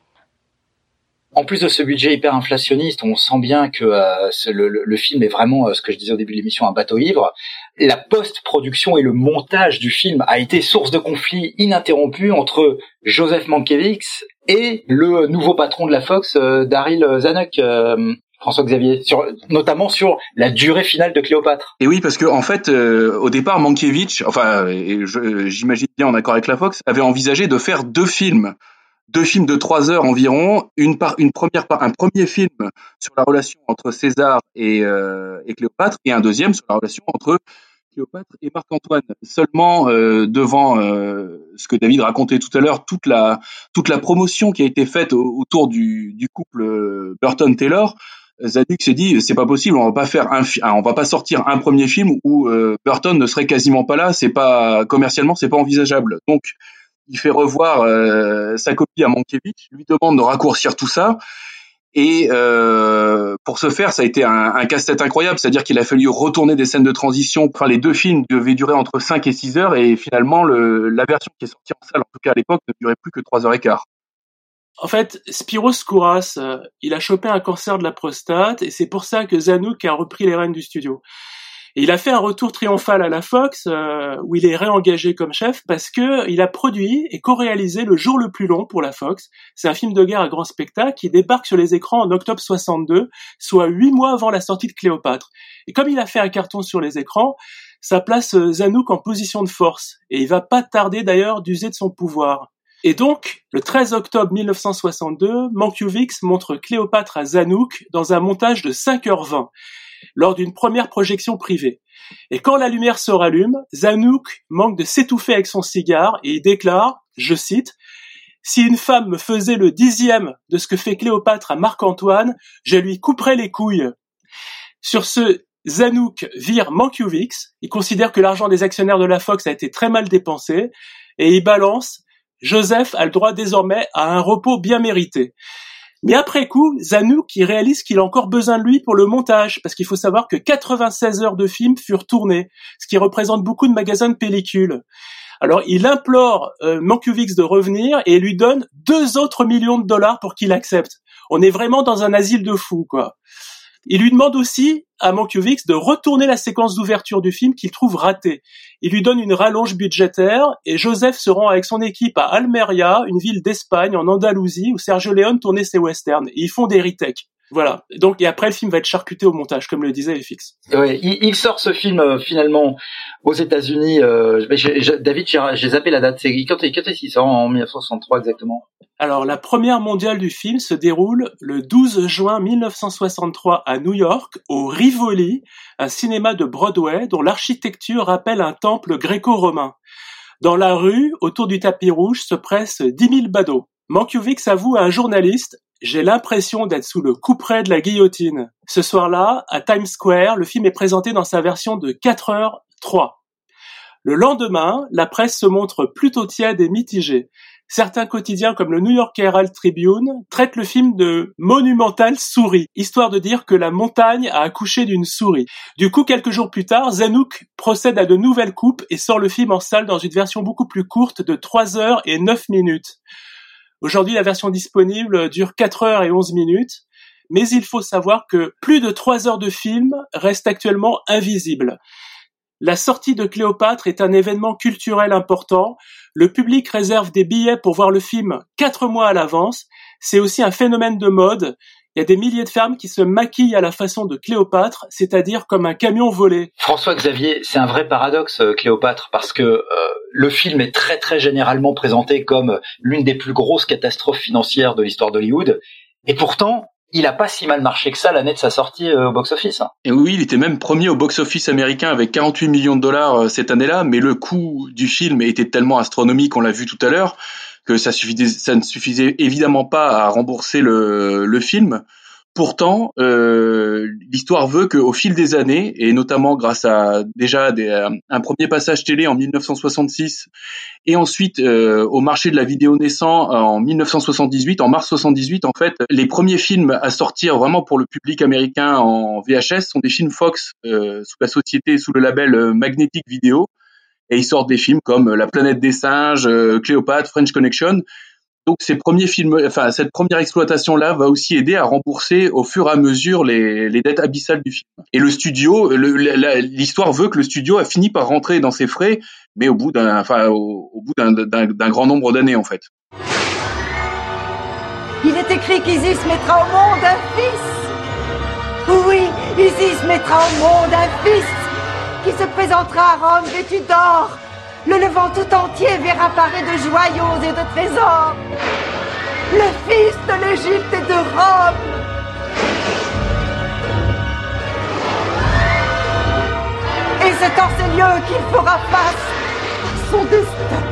[SPEAKER 4] En plus de ce budget hyper inflationniste, on sent bien que euh, ce, le, le film est vraiment, euh, ce que je disais au début de l'émission, un bateau ivre. La post-production et le montage du film a été source de conflits ininterrompus entre Joseph Mankiewicz et le nouveau patron de la Fox, euh, Daryl Zanuck. Euh, François-Xavier, sur, notamment sur la durée finale de Cléopâtre.
[SPEAKER 5] Et oui, parce que en fait, euh, au départ, Mankiewicz, enfin, et je, j'imagine bien en accord avec la Fox, avait envisagé de faire deux films, deux films de trois heures environ, une par, une première part, un premier film sur la relation entre César et, euh, et Cléopâtre, et un deuxième sur la relation entre Cléopâtre et Marc-Antoine. Seulement, euh, devant euh, ce que David racontait tout à l'heure, toute la toute la promotion qui a été faite autour du, du couple Burton-Taylor. Zanuck s'est dit c'est pas possible, on va pas faire un, fi- on va pas sortir un premier film où euh, Burton ne serait quasiment pas là, c'est pas commercialement c'est pas envisageable. Donc il fait revoir euh, sa copie à Mankiewicz, lui demande de raccourcir tout ça et euh, pour ce faire ça a été un, un casse-tête incroyable, c'est-à-dire qu'il a fallu retourner des scènes de transition. Enfin les deux films devaient durer entre cinq et six heures et finalement le, la version qui est sortie en salle en tout cas à l'époque ne durait plus que trois heures et quart.
[SPEAKER 3] En fait, Spyros Skouras, euh, il a chopé un cancer de la prostate et c'est pour ça que Zanuck a repris les rênes du studio. Et il a fait un retour triomphal à la Fox euh, où il est réengagé comme chef parce que il a produit et co-réalisé Le Jour le plus long pour la Fox. C'est un film de guerre à grand spectacle qui débarque sur les écrans en octobre soixante-deux, soit huit mois avant la sortie de Cléopâtre. Et comme il a fait un carton sur les écrans, ça place Zanuck en position de force et il va pas tarder d'ailleurs d'user de son pouvoir. Et donc, le treize octobre mille neuf cent soixante-deux, Mankiewicz montre Cléopâtre à Zanuck dans un montage de cinq heures vingt, lors d'une première projection privée. Et quand la lumière se rallume, Zanuck manque de s'étouffer avec son cigare et il déclare, je cite, « Si une femme me faisait le dixième de ce que fait Cléopâtre à Marc-Antoine, je lui couperais les couilles. » Sur ce, Zanuck vire Mankiewicz, il considère que l'argent des actionnaires de la Fox a été très mal dépensé et il balance Joseph a le droit désormais à un repos bien mérité. Mais après coup, Zanuck qui réalise qu'il a encore besoin de lui pour le montage, parce qu'il faut savoir que quatre-vingt-seize heures de film furent tournées, ce qui représente beaucoup de magasins de pellicules. Alors il implore euh, Mankiewicz de revenir et lui donne deux autres millions de dollars pour qu'il accepte. On est vraiment dans un asile de fous, quoi. Il lui demande aussi à Mankiewicz de retourner la séquence d'ouverture du film qu'il trouve ratée. Il lui donne une rallonge budgétaire et Joseph se rend avec son équipe à Almeria, une ville d'Espagne en Andalousie où Sergio Leone tournait ses westerns. Et ils font des retakes. Voilà. Donc, et après, le film va être charcuté au montage, comme le disait F X.
[SPEAKER 4] Ouais, il, il sort ce film euh, finalement aux États-Unis. Euh, j'ai, j'ai, David, j'ai, j'ai zappé la date. C'est quand, quand est-ce qu'il sort en dix-neuf cent soixante-trois exactement?
[SPEAKER 3] Alors, la première mondiale du film se déroule le douze juin mille neuf cent soixante-trois à New York, au Rivoli, un cinéma de Broadway dont l'architecture rappelle un temple gréco-romain. Dans la rue, autour du tapis rouge, se pressent dix mille badauds. Mankiewicz avoue à un journaliste: j'ai l'impression d'être sous le couperet de la guillotine. Ce soir-là, à Times Square, le film est présenté dans sa version de quatre heures trois. Le lendemain, la presse se montre plutôt tiède et mitigée. Certains quotidiens comme le New York Herald Tribune traitent le film de monumental souris, histoire de dire que la montagne a accouché d'une souris. Du coup, quelques jours plus tard, Zanuck procède à de nouvelles coupes et sort le film en salle dans une version beaucoup plus courte de trois heures et neuf minutes. Aujourd'hui, la version disponible dure quatre heures et onze minutes, mais il faut savoir que plus de trois heures de film restent actuellement invisibles. La sortie de Cléopâtre est un événement culturel important. Le public réserve des billets pour voir le film quatre mois à l'avance. C'est aussi un phénomène de mode. Il y a des milliers de femmes qui se maquillent à la façon de Cléopâtre, c'est-à-dire comme un camion volé.
[SPEAKER 4] François-Xavier, c'est un vrai paradoxe, Cléopâtre, parce que euh, le film est très très généralement présenté comme l'une des plus grosses catastrophes financières de l'histoire d'Hollywood, et pourtant, il a pas si mal marché que ça l'année de sa sortie euh, au box-office.
[SPEAKER 5] Et oui, il était même premier au box-office américain avec quarante-huit millions de dollars euh, cette année-là, mais le coût du film était tellement astronomique, on l'a vu tout à l'heure, que ça suffisait, ça ne suffisait évidemment pas à rembourser le, le film. Pourtant, euh, l'histoire veut qu'au fil des années, et notamment grâce à déjà des, un premier passage télé en mille neuf cent soixante-six, et ensuite euh, au marché de la vidéo naissant en mille neuf cent soixante-dix-huit, en mars soixante-dix-huit, en fait, les premiers films à sortir vraiment pour le public américain en V H S sont des films Fox, euh, sous la société, sous le label Magnetic Video. Et ils sortent des films comme La planète des singes, euh, Cléopâtre, French Connection. Donc ces premiers films, enfin cette première exploitation-là va aussi aider à rembourser au fur et à mesure les, les dettes abyssales du film. Et le studio, le, la, l'histoire veut que le studio a fini par rentrer dans ses frais, mais au bout d'un, enfin au, au bout d'un, d'un, d'un grand nombre d'années en fait.
[SPEAKER 11] Il est écrit qu'Isis mettra au monde un fils. Oui, Isis mettra au monde un fils qui se présentera à Rome vêtu d'or. Le Levant tout entier verra parer de joyaux et de trésors. Le fils de l'Égypte et de Rome. Et c'est en ces lieux qu'il fera face à son destin.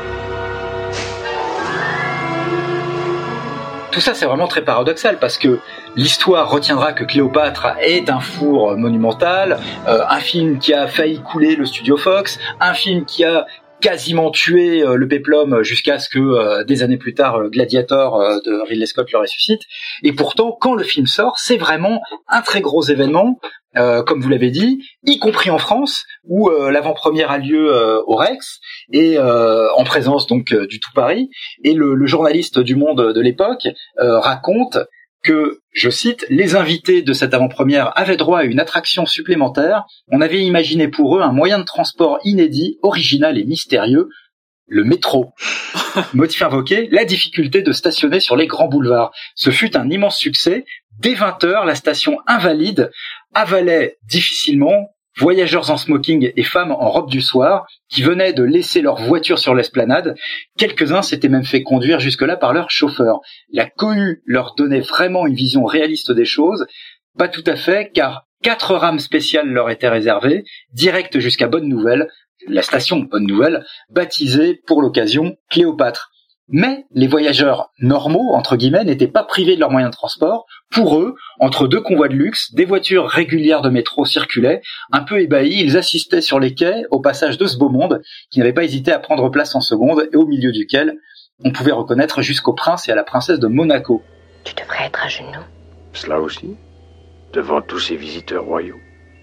[SPEAKER 4] Tout ça, c'est vraiment très paradoxal parce que l'histoire retiendra que Cléopâtre est un four monumental, euh, un film qui a failli couler le studio Fox, un film qui a quasiment tué euh, le péplum jusqu'à ce que euh, des années plus tard, euh, Gladiator euh, de Ridley Scott le ressuscite. Et pourtant, quand le film sort, c'est vraiment un très gros événement, euh, comme vous l'avez dit, y compris en France, où euh, l'avant-première a lieu euh, au Rex, et euh, en présence donc euh, du Tout Paris. Et le, le journaliste du Monde de l'époque euh, raconte que, je cite, les invités de cette avant-première avaient droit à une attraction supplémentaire. On avait imaginé pour eux un moyen de transport inédit, original et mystérieux, le métro. Motif invoqué, la difficulté de stationner sur les grands boulevards. Ce fut un immense succès. Dès vingt heures, la station invalide avalait difficilement voyageurs en smoking et femmes en robe du soir qui venaient de laisser leur voiture sur l'esplanade. Quelques-uns s'étaient même fait conduire jusque-là par leur chauffeur. La cohue leur donnait vraiment une vision réaliste des choses. Pas tout à fait, car quatre rames spéciales leur étaient réservées, directes jusqu'à Bonne Nouvelle, la station Bonne Nouvelle, baptisée pour l'occasion Cléopâtre. Mais les voyageurs normaux, entre guillemets, n'étaient pas privés de leurs moyens de transport. Pour eux, entre deux convois de luxe, des voitures régulières de métro circulaient. Un peu ébahis, ils assistaient sur les quais au passage de ce beau monde, qui n'avait pas hésité à prendre place en seconde, et au milieu duquel on pouvait reconnaître jusqu'au prince et à la princesse de Monaco.
[SPEAKER 10] Tu devrais être à genoux.
[SPEAKER 7] Cela aussi, devant tous ces visiteurs royaux,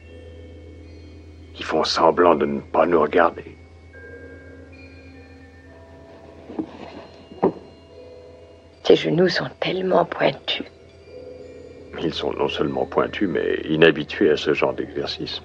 [SPEAKER 7] qui font semblant de ne pas nous regarder.
[SPEAKER 10] Tes genoux sont tellement pointus.
[SPEAKER 7] Ils sont non seulement pointus, mais inhabitués à ce genre d'exercice.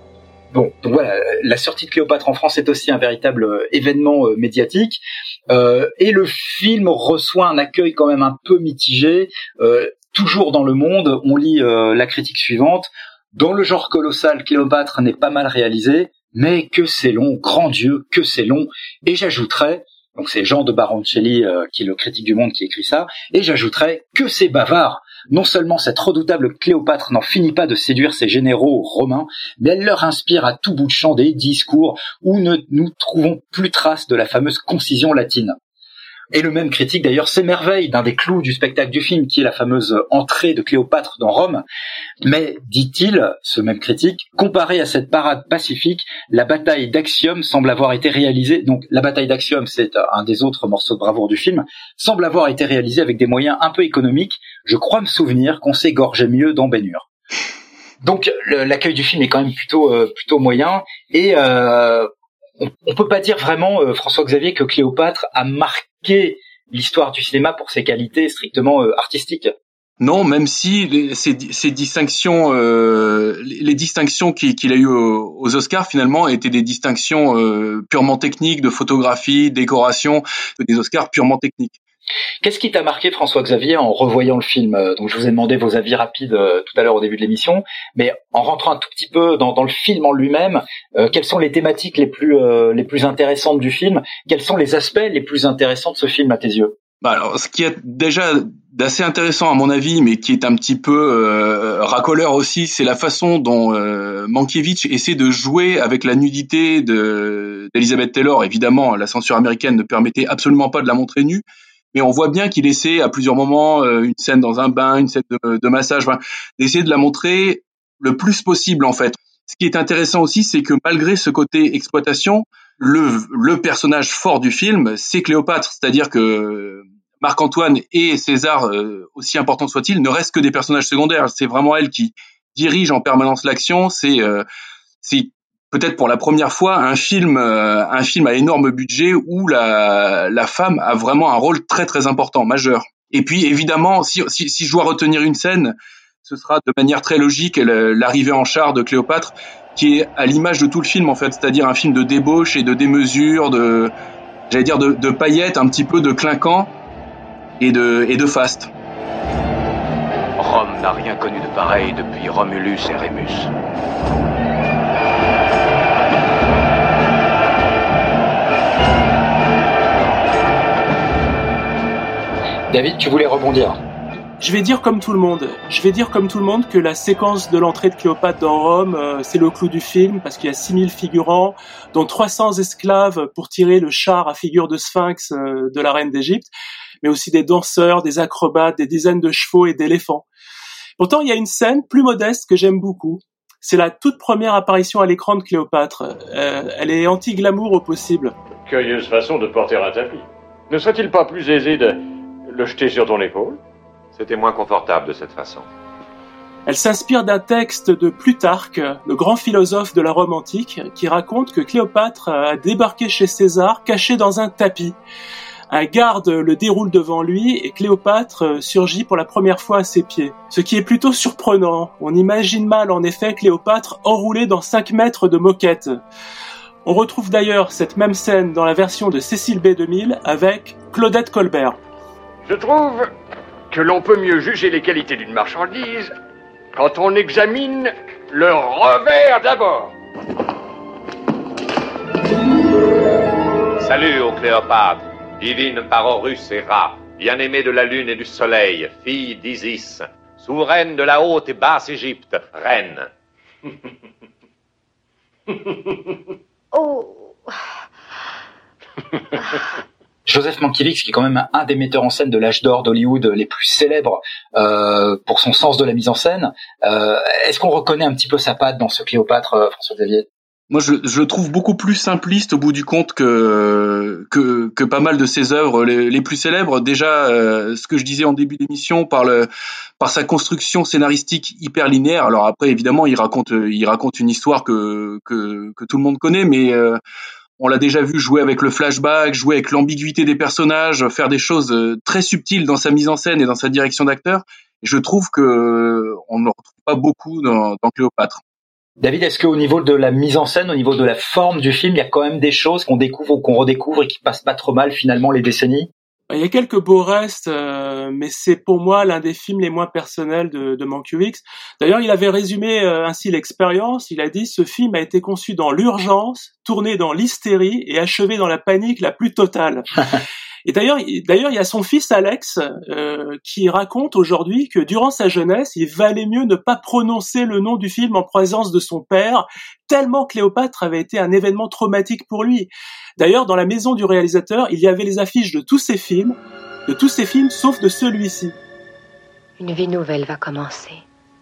[SPEAKER 4] Bon, donc voilà, la sortie de Cléopâtre en France est aussi un véritable euh, événement euh, médiatique, euh, et le film reçoit un accueil quand même un peu mitigé. Euh, toujours dans Le Monde, on lit euh, la critique suivante: dans le genre colossal, Cléopâtre n'est pas mal réalisé, mais que c'est long, grand Dieu, que c'est long. Et j'ajouterais, donc c'est Jean de Baroncelli euh, qui est le critique du Monde qui écrit ça, et j'ajouterais que c'est bavard. Non seulement cette redoutable Cléopâtre n'en finit pas de séduire ses généraux romains, mais elle leur inspire à tout bout de champ des discours où ne nous trouvons plus trace de la fameuse concision latine. Et le même critique d'ailleurs s'émerveille d'un des clous du spectacle du film, qui est la fameuse entrée de Cléopâtre dans Rome. Mais, dit-il, ce même critique, comparé à cette parade pacifique, la bataille d'Actium semble avoir été réalisée, donc la bataille d'Actium, c'est un des autres morceaux de bravoure du film, semble avoir été réalisée avec des moyens un peu économiques. Je crois me souvenir qu'on s'égorgeait mieux dans Ben-Hur. Donc le, l'accueil du film est quand même plutôt euh, plutôt moyen, et euh, on, on peut pas dire vraiment, euh, François-Xavier, que Cléopâtre a marqué l'histoire du cinéma pour ses qualités strictement euh, artistiques.
[SPEAKER 5] Non, même si les, ces, ces distinctions, euh, les, les distinctions qu'il, qu'il a eues aux, aux Oscars finalement étaient des distinctions euh, purement techniques, de photographie, décoration, des Oscars purement techniques.
[SPEAKER 4] Qu'est-ce qui t'a marqué, François-Xavier, en revoyant le film? Donc je vous ai demandé vos avis rapides euh, tout à l'heure au début de l'émission, mais en rentrant un tout petit peu dans, dans le film en lui-même, euh, quelles sont les thématiques les plus euh, les plus intéressantes du film? Quels sont les aspects les plus intéressants de ce film à tes yeux?
[SPEAKER 5] Bah alors, ce qui est déjà d'assez intéressant à mon avis, mais qui est un petit peu euh, racoleur aussi, c'est la façon dont euh, Mankiewicz essaie de jouer avec la nudité de d'Elizabeth Taylor. Évidemment, la censure américaine ne permettait absolument pas de la montrer nue, mais on voit bien qu'il essaie à plusieurs moments, euh, une scène dans un bain, une scène de, de massage, enfin, d'essayer de la montrer le plus possible en fait. Ce qui est intéressant aussi, c'est que malgré ce côté exploitation, le, le personnage fort du film, c'est Cléopâtre, c'est-à-dire que Marc-Antoine et César, euh, aussi importants soient-ils, ne restent que des personnages secondaires. C'est vraiment elle qui dirige en permanence l'action. C'est, euh, c'est peut-être pour la première fois un film, euh, un film à énorme budget où la, la femme a vraiment un rôle très très important, majeur. Et puis évidemment, si, si, si je dois retenir une scène, ce sera de manière très logique l'arrivée en char de Cléopâtre, qui est à l'image de tout le film en fait, c'est-à-dire un film de débauche et de démesure, de, j'allais dire de, de paillettes, un petit peu de clinquant et de, et de faste.
[SPEAKER 14] Rome n'a rien connu de pareil depuis Romulus et Rémus.
[SPEAKER 4] David, tu voulais rebondir?
[SPEAKER 3] Je vais dire comme tout le monde. Je vais dire comme tout le monde que la séquence de l'entrée de Cléopâtre dans Rome, euh, c'est le clou du film, parce qu'il y a six mille figurants, dont trois cents esclaves pour tirer le char à figure de sphinx euh, de la reine d'Égypte, mais aussi des danseurs, des acrobates, des dizaines de chevaux et d'éléphants. Pourtant, il y a une scène plus modeste que j'aime beaucoup. C'est la toute première apparition à l'écran de Cléopâtre. Euh, elle est anti-glamour au possible.
[SPEAKER 7] Curieuse façon de porter un tapis. Ne serait-il pas plus aisé de le jeter sur ton épaule?
[SPEAKER 1] C'était moins confortable de cette façon.
[SPEAKER 3] Elle s'inspire d'un texte de Plutarque, le grand philosophe de la Rome antique, qui raconte que Cléopâtre a débarqué chez César caché dans un tapis. Un garde le déroule devant lui et Cléopâtre surgit pour la première fois à ses pieds. Ce qui est plutôt surprenant. On imagine mal en effet Cléopâtre enroulée dans cinq mètres de moquette. On retrouve d'ailleurs cette même scène dans la version de Cécile B deux mille avec Claudette Colbert.
[SPEAKER 7] Je trouve que l'on peut mieux juger les qualités d'une marchandise quand on examine le revers d'abord.
[SPEAKER 1] Salut ô Cléopâtre, divine par Horus et Ra, bien-aimée de la lune et du soleil, fille d'Isis, souveraine de la haute et basse Égypte, reine.
[SPEAKER 10] Oh.
[SPEAKER 4] Joseph Mankiewicz, qui est quand même un des metteurs en scène de l'âge d'or d'Hollywood les plus célèbres euh, pour son sens de la mise en scène. Euh, est-ce qu'on reconnaît un petit peu sa patte dans ce Cléopâtre, euh, François-Xavier?
[SPEAKER 5] Moi, je, je le trouve beaucoup plus simpliste au bout du compte que que, que pas mal de ses œuvres les, les plus célèbres. Déjà, euh, ce que je disais en début d'émission, par le par sa construction scénaristique hyper linéaire. Alors après, évidemment, il raconte il raconte une histoire que que que tout le monde connaît, mais euh, on l'a déjà vu jouer avec le flashback, jouer avec l'ambiguïté des personnages, faire des choses très subtiles dans sa mise en scène et dans sa direction d'acteur. Et je trouve que on ne le retrouve pas beaucoup dans, dans Cléopâtre.
[SPEAKER 4] David, est-ce qu'au niveau de la mise en scène, au niveau de la forme du film, il y a quand même des choses qu'on découvre ou qu'on redécouvre et qui passent pas trop mal finalement les décennies ?
[SPEAKER 3] Il y a quelques beaux restes, euh, mais c'est pour moi l'un des films les moins personnels de, de Mankiewicz. D'ailleurs, il avait résumé euh, ainsi l'expérience. Il a dit « Ce film a été conçu dans l'urgence, tourné dans l'hystérie et achevé dans la panique la plus totale. » Et d'ailleurs, d'ailleurs, il y a son fils Alex euh, qui raconte aujourd'hui que durant sa jeunesse, il valait mieux ne pas prononcer le nom du film en présence de son père, tellement Cléopâtre avait été un événement traumatique pour lui. D'ailleurs, dans la maison du réalisateur, il y avait les affiches de tous ses films, de tous ses films sauf de celui-ci.
[SPEAKER 10] Une vie nouvelle va commencer.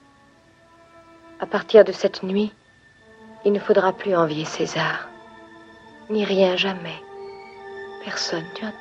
[SPEAKER 10] À partir de cette nuit, il ne faudra plus envier César, ni rien jamais. Personne, tu entends ?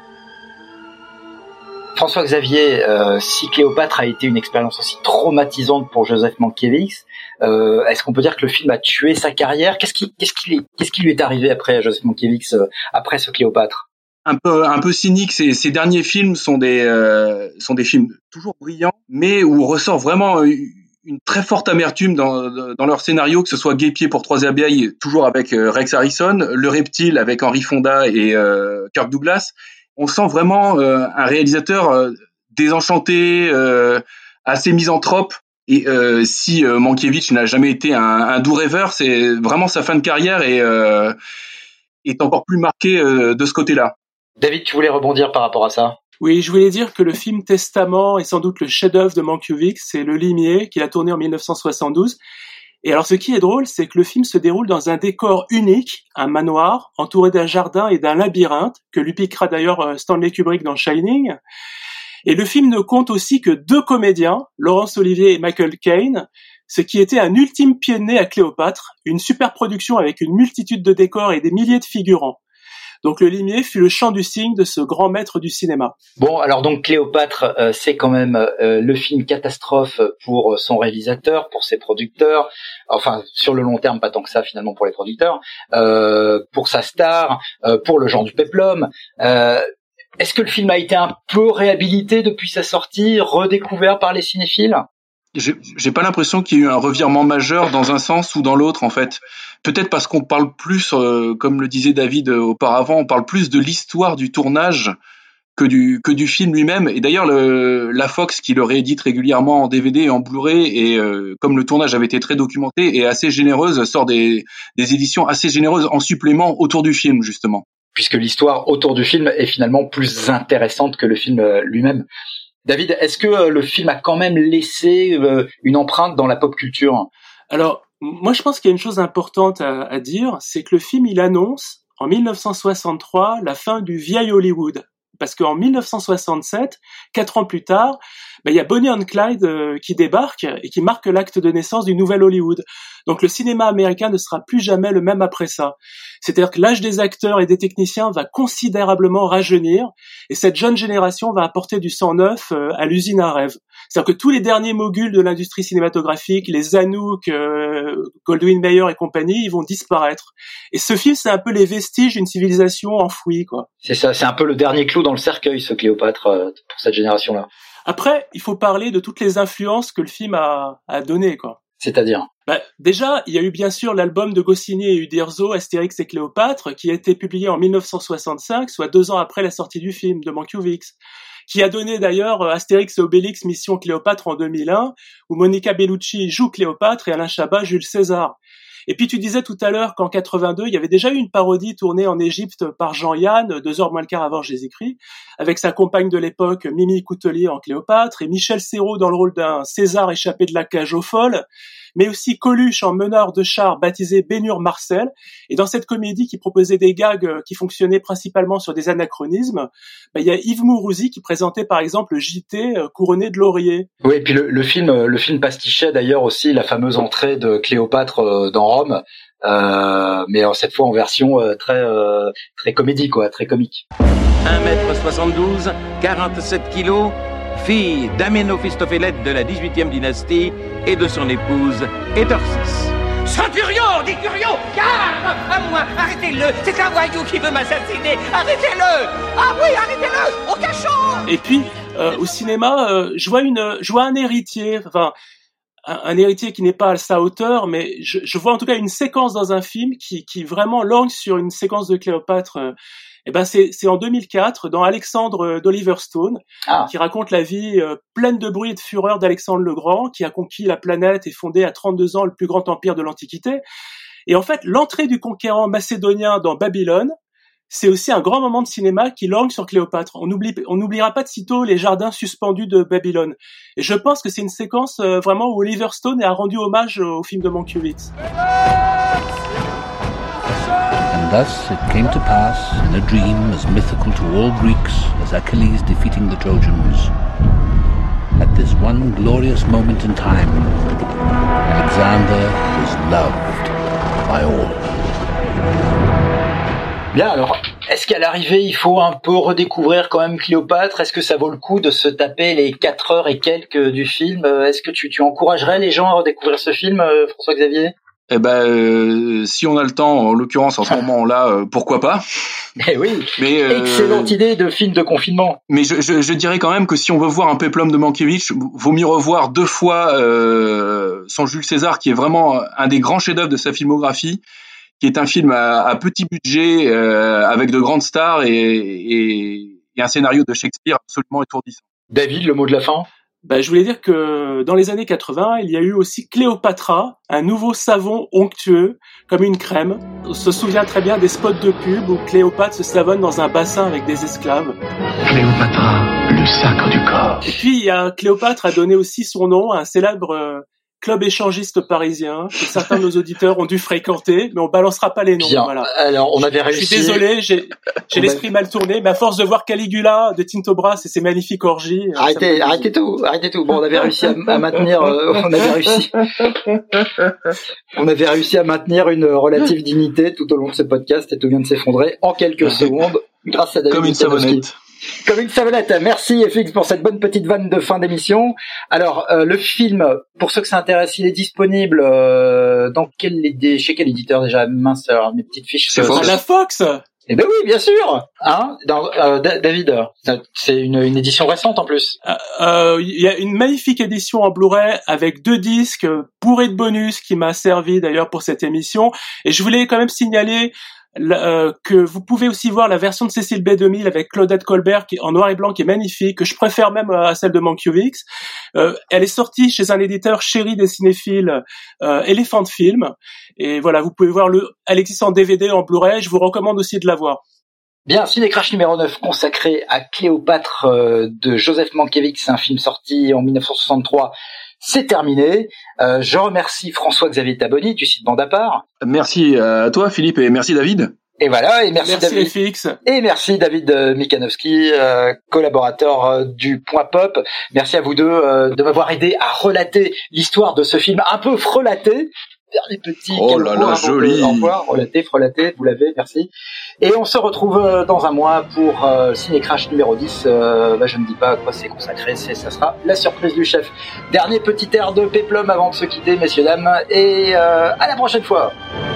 [SPEAKER 4] François-Xavier, euh, si Cléopâtre a été une expérience aussi traumatisante pour Joseph Mankiewicz, euh, est-ce qu'on peut dire que le film a tué sa carrière ? Qu'est-ce qui, qu'est-ce qui, qu'est-ce qui lui est arrivé après Joseph Mankiewicz, euh, après ce Cléopâtre ?
[SPEAKER 5] Un peu, un peu cynique. Ces, ces derniers films sont des, euh, sont des films toujours brillants, mais où ressort vraiment une très forte amertume dans, dans leur scénario, que ce soit Guêpier pour trois abeilles, toujours avec Rex Harrison, Le Reptile avec Henry Fonda et euh, Kirk Douglas. On sent vraiment euh, un réalisateur euh, désenchanté, euh, assez misanthrope. Et euh, si euh, Mankiewicz n'a jamais été un, un doux rêveur, c'est vraiment sa fin de carrière et euh, est encore plus marquée euh, de ce côté-là.
[SPEAKER 4] David, tu voulais rebondir par rapport à ça ?
[SPEAKER 3] Oui, je voulais dire que le film Testament est sans doute le chef-d'œuvre de Mankiewicz. C'est Le Limier qu'il a tourné en dix-neuf cent soixante-douze. Et alors, ce qui est drôle, c'est que le film se déroule dans un décor unique, un manoir, entouré d'un jardin et d'un labyrinthe, que lui piquera d'ailleurs Stanley Kubrick dans Shining. Et le film ne compte aussi que deux comédiens, Laurence Olivier et Michael Caine, ce qui était un ultime pied de nez à Cléopâtre, une super production avec une multitude de décors et des milliers de figurants. Donc Le Limier fut le chant du cygne de ce grand maître du cinéma.
[SPEAKER 4] Bon, alors donc Cléopâtre, euh, c'est quand même euh, le film catastrophe pour son réalisateur, pour ses producteurs, enfin sur le long terme pas tant que ça finalement pour les producteurs, euh, pour sa star, euh, pour le genre du péplum. Euh, est-ce que le film a été un peu réhabilité depuis sa sortie, redécouvert par les cinéphiles ?
[SPEAKER 5] J'ai, j'ai pas l'impression qu'il y ait eu un revirement majeur dans un sens ou dans l'autre, en fait. Peut-être parce qu'on parle plus, euh, comme le disait David euh, auparavant, on parle plus de l'histoire du tournage que du que du film lui-même. Et d'ailleurs, le, la Fox, qui le réédite régulièrement en D V D et en Blu-ray, et euh, comme le tournage avait été très documenté, est assez généreuse, sort des, des éditions assez généreuses en supplément autour du film, justement.
[SPEAKER 4] Puisque l'histoire autour du film est finalement plus intéressante que le film lui-même. David, est-ce que euh, le film a quand même laissé euh, une empreinte dans la pop culture ?
[SPEAKER 3] Alors, moi je pense qu'il y a une chose importante à, à dire, c'est que le film il annonce en dix-neuf cent soixante-trois la fin du vieil Hollywood. Parce qu'en dix-neuf cent soixante-sept, quatre ans plus tard, ben, il y a Bonnie and Clyde euh, qui débarque et qui marque l'acte de naissance du nouvel Hollywood. Donc le cinéma américain ne sera plus jamais le même après ça. C'est-à-dire que l'âge des acteurs et des techniciens va considérablement rajeunir et cette jeune génération va apporter du sang neuf euh, à l'usine à rêve. C'est-à-dire que tous les derniers moguls de l'industrie cinématographique, les Zanuck, euh, Goldwyn Mayer et compagnie, ils vont disparaître. Et ce film, c'est un peu les vestiges d'une civilisation enfouie, quoi.
[SPEAKER 4] C'est ça, c'est un peu le dernier clou dans le cercueil, ce Cléopâtre, euh, pour cette génération-là.
[SPEAKER 3] Après, il faut parler de toutes les influences que le film a, a données, quoi.
[SPEAKER 4] C'est-à-dire ?
[SPEAKER 3] Bah, déjà, il y a eu bien sûr l'album de Goscinny et Uderzo, Astérix et Cléopâtre, qui a été publié en dix-neuf cent soixante-cinq, soit deux ans après la sortie du film de Mankiewicz, qui a donné d'ailleurs Astérix et Obélix Mission Cléopâtre en deux mille un, où Monica Bellucci joue Cléopâtre et Alain Chabat Jules César. Et puis tu disais tout à l'heure qu'en quatre-vingt-deux, il y avait déjà eu une parodie tournée en Égypte par Jean-Yann, deux heures moins le quart avant Jésus-Christ, avec sa compagne de l'époque, Mimi Coutelier en Cléopâtre, et Michel Serrault dans le rôle d'un César échappé de la cage aux folles, mais aussi Coluche en meneur de char baptisé Bénur Marcel. Et dans cette comédie qui proposait des gags qui fonctionnaient principalement sur des anachronismes, bah, il y a Yves Mourouzi qui présentait par exemple le J T couronné de laurier.
[SPEAKER 4] Oui, et puis le, le film, le film pastichait d'ailleurs aussi la fameuse entrée de Cléopâtre dans Rome, euh, mais euh, cette fois en version euh, très euh, très comédie, quoi, très comique.
[SPEAKER 15] un mètre soixante-douze, quarante-sept kilos, fille d'Aménophistophélet de la dix-huitième dynastie et de son épouse Étorcis.
[SPEAKER 16] Centurion, dit Curion, garde à moi, arrêtez-le, c'est un voyou qui veut m'assassiner, arrêtez-le. Ah oui, arrêtez-le, au cachot.
[SPEAKER 3] Et puis euh, au cinéma, euh, je vois une, je vois un héritier, enfin un, un héritier qui n'est pas à sa hauteur, mais je, je vois en tout cas une séquence dans un film qui, qui vraiment lorgne sur une séquence de Cléopâtre. Euh, Eh ben c'est c'est en deux mille quatre dans Alexandre d'Oliver Stone, ah. qui raconte la vie euh, pleine de bruit et de fureur d'Alexandre le Grand, qui a conquis la planète et fondé à trente-deux ans le plus grand empire de l'Antiquité. Et en fait, l'entrée du conquérant macédonien dans Babylone, c'est aussi un grand moment de cinéma qui lorgne sur Cléopâtre. On oublie on n'oubliera pas de sitôt les jardins suspendus de Babylone. Et je pense que c'est une séquence euh, vraiment où Oliver Stone a rendu hommage au film de Mankiewicz.
[SPEAKER 17] And thus it came to pass, in a dream as mythical to all Greeks as Achilles defeating the Trojans. At this one glorious moment in time, Alexander was loved by all.
[SPEAKER 4] Bien, alors, est-ce qu'à l'arrivée, il faut un peu redécouvrir quand même Cléopâtre ? Est-ce que ça vaut le coup de se taper les quatre heures et quelques du film ? Est-ce que tu, tu encouragerais les gens à redécouvrir ce film, François-Xavier ?
[SPEAKER 5] Eh ben, euh, si on a le temps, en l'occurrence en ce moment-là, euh, pourquoi pas ?
[SPEAKER 4] Eh oui. Mais euh, excellente idée de film de confinement.
[SPEAKER 5] Mais je, je, je dirais quand même que si on veut voir un péplum de Mankiewicz, vaut mieux revoir deux fois euh, son Jules César, qui est vraiment un des grands chefs-d'œuvre de sa filmographie, qui est un film à, à petit budget, euh, avec de grandes stars et, et, et un scénario de Shakespeare absolument étourdissant.
[SPEAKER 4] David, le mot de la fin ?
[SPEAKER 3] Ben, je voulais dire que dans les années quatre-vingts, il y a eu aussi Cléopatra, un nouveau savon onctueux, comme une crème. On se souvient très bien des spots de pub où Cléopâtre se savonne dans un bassin avec des esclaves.
[SPEAKER 18] Cléopatra, le sacre du corps.
[SPEAKER 3] Et puis, il y a Cléopâtre a donné aussi son nom à un célèbre euh, club échangiste parisien que certains de nos auditeurs ont dû fréquenter, mais on balancera pas les noms.
[SPEAKER 4] Bien.
[SPEAKER 3] Voilà.
[SPEAKER 4] Alors, on avait réussi.
[SPEAKER 3] Je suis désolé, j'ai, j'ai l'esprit mal tourné, mais à force de voir Caligula de Tinto Brass et ses magnifiques orgies.
[SPEAKER 4] Arrêtez, arrêtez tout, arrêtez tout. Bon, on avait réussi à, à maintenir, euh, on avait réussi, on avait réussi à maintenir une relative dignité tout au long de ce podcast et tout vient de s'effondrer en quelques secondes grâce à David.
[SPEAKER 5] Comme une savonnette.
[SPEAKER 4] Comme une savonnette. Merci F X pour cette bonne petite vanne de fin d'émission. Alors euh, le film, pour ceux que ça intéresse, il est disponible euh, dans quel chez quel éditeur déjà? Mince, alors mes petites fiches.
[SPEAKER 3] C'est Fox. La Fox.
[SPEAKER 4] Eh ben oui, bien sûr. Hein, dans, euh, David, c'est une, une édition récente en plus.
[SPEAKER 3] Il euh, y a une magnifique édition en Blu-ray avec deux disques bourrés de bonus qui m'a servi d'ailleurs pour cette émission. Et je voulais quand même signaler Euh, que vous pouvez aussi voir la version de Cécile B deux mille avec Claudette Colbert qui en noir et blanc qui est magnifique, que je préfère même à celle de Mankiewicz. Euh, elle est sortie chez un éditeur chéri des cinéphiles, euh, Elephant Film, et voilà, vous pouvez voir le, elle existe en D V D, en Blu-ray, je vous recommande aussi de la voir.
[SPEAKER 4] Bien, Ciné-Crash numéro neuf consacré à Cléopâtre euh, de Joseph Mankiewicz, un film sorti en dix-neuf cent soixante-trois. C'est terminé. Euh, je remercie François-Xavier Taboni du site Bande à part.
[SPEAKER 5] Merci à toi Philippe et merci David.
[SPEAKER 4] Et voilà, et merci,
[SPEAKER 3] merci
[SPEAKER 4] David.
[SPEAKER 3] F X.
[SPEAKER 4] Et merci David Mikanowski, euh, collaborateur euh, du Point Pop. Merci à vous deux euh, de m'avoir aidé à relater l'histoire de ce film un peu frelaté. Les petits.
[SPEAKER 5] Oh là là, joli.
[SPEAKER 4] Au revoir, relaté, frelaté, vous l'avez, merci. Et on se retrouve euh, dans un mois pour euh, Ciné-Crash numéro dix. Euh, bah, je ne dis pas à quoi c'est consacré, c'est, ça sera la surprise du chef. Dernier petit air de péplum avant de se quitter, messieurs, dames, et euh, à la prochaine fois.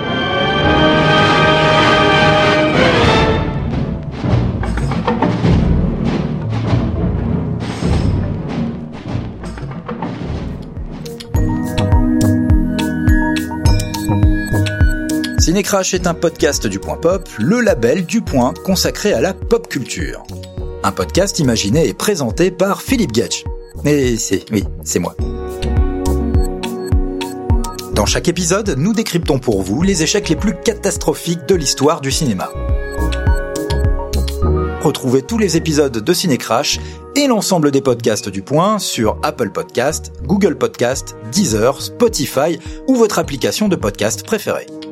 [SPEAKER 2] Ciné-Crash est un podcast du Point Pop, le label du Point consacré à la pop culture. Un podcast imaginé et présenté par Philippe Getch. Et c'est, oui, c'est moi. Dans chaque épisode, nous décryptons pour vous les échecs les plus catastrophiques de l'histoire du cinéma. Retrouvez tous les épisodes de Ciné-Crash et l'ensemble des podcasts du Point sur Apple Podcasts, Google Podcasts, Deezer, Spotify ou votre application de podcast préférée.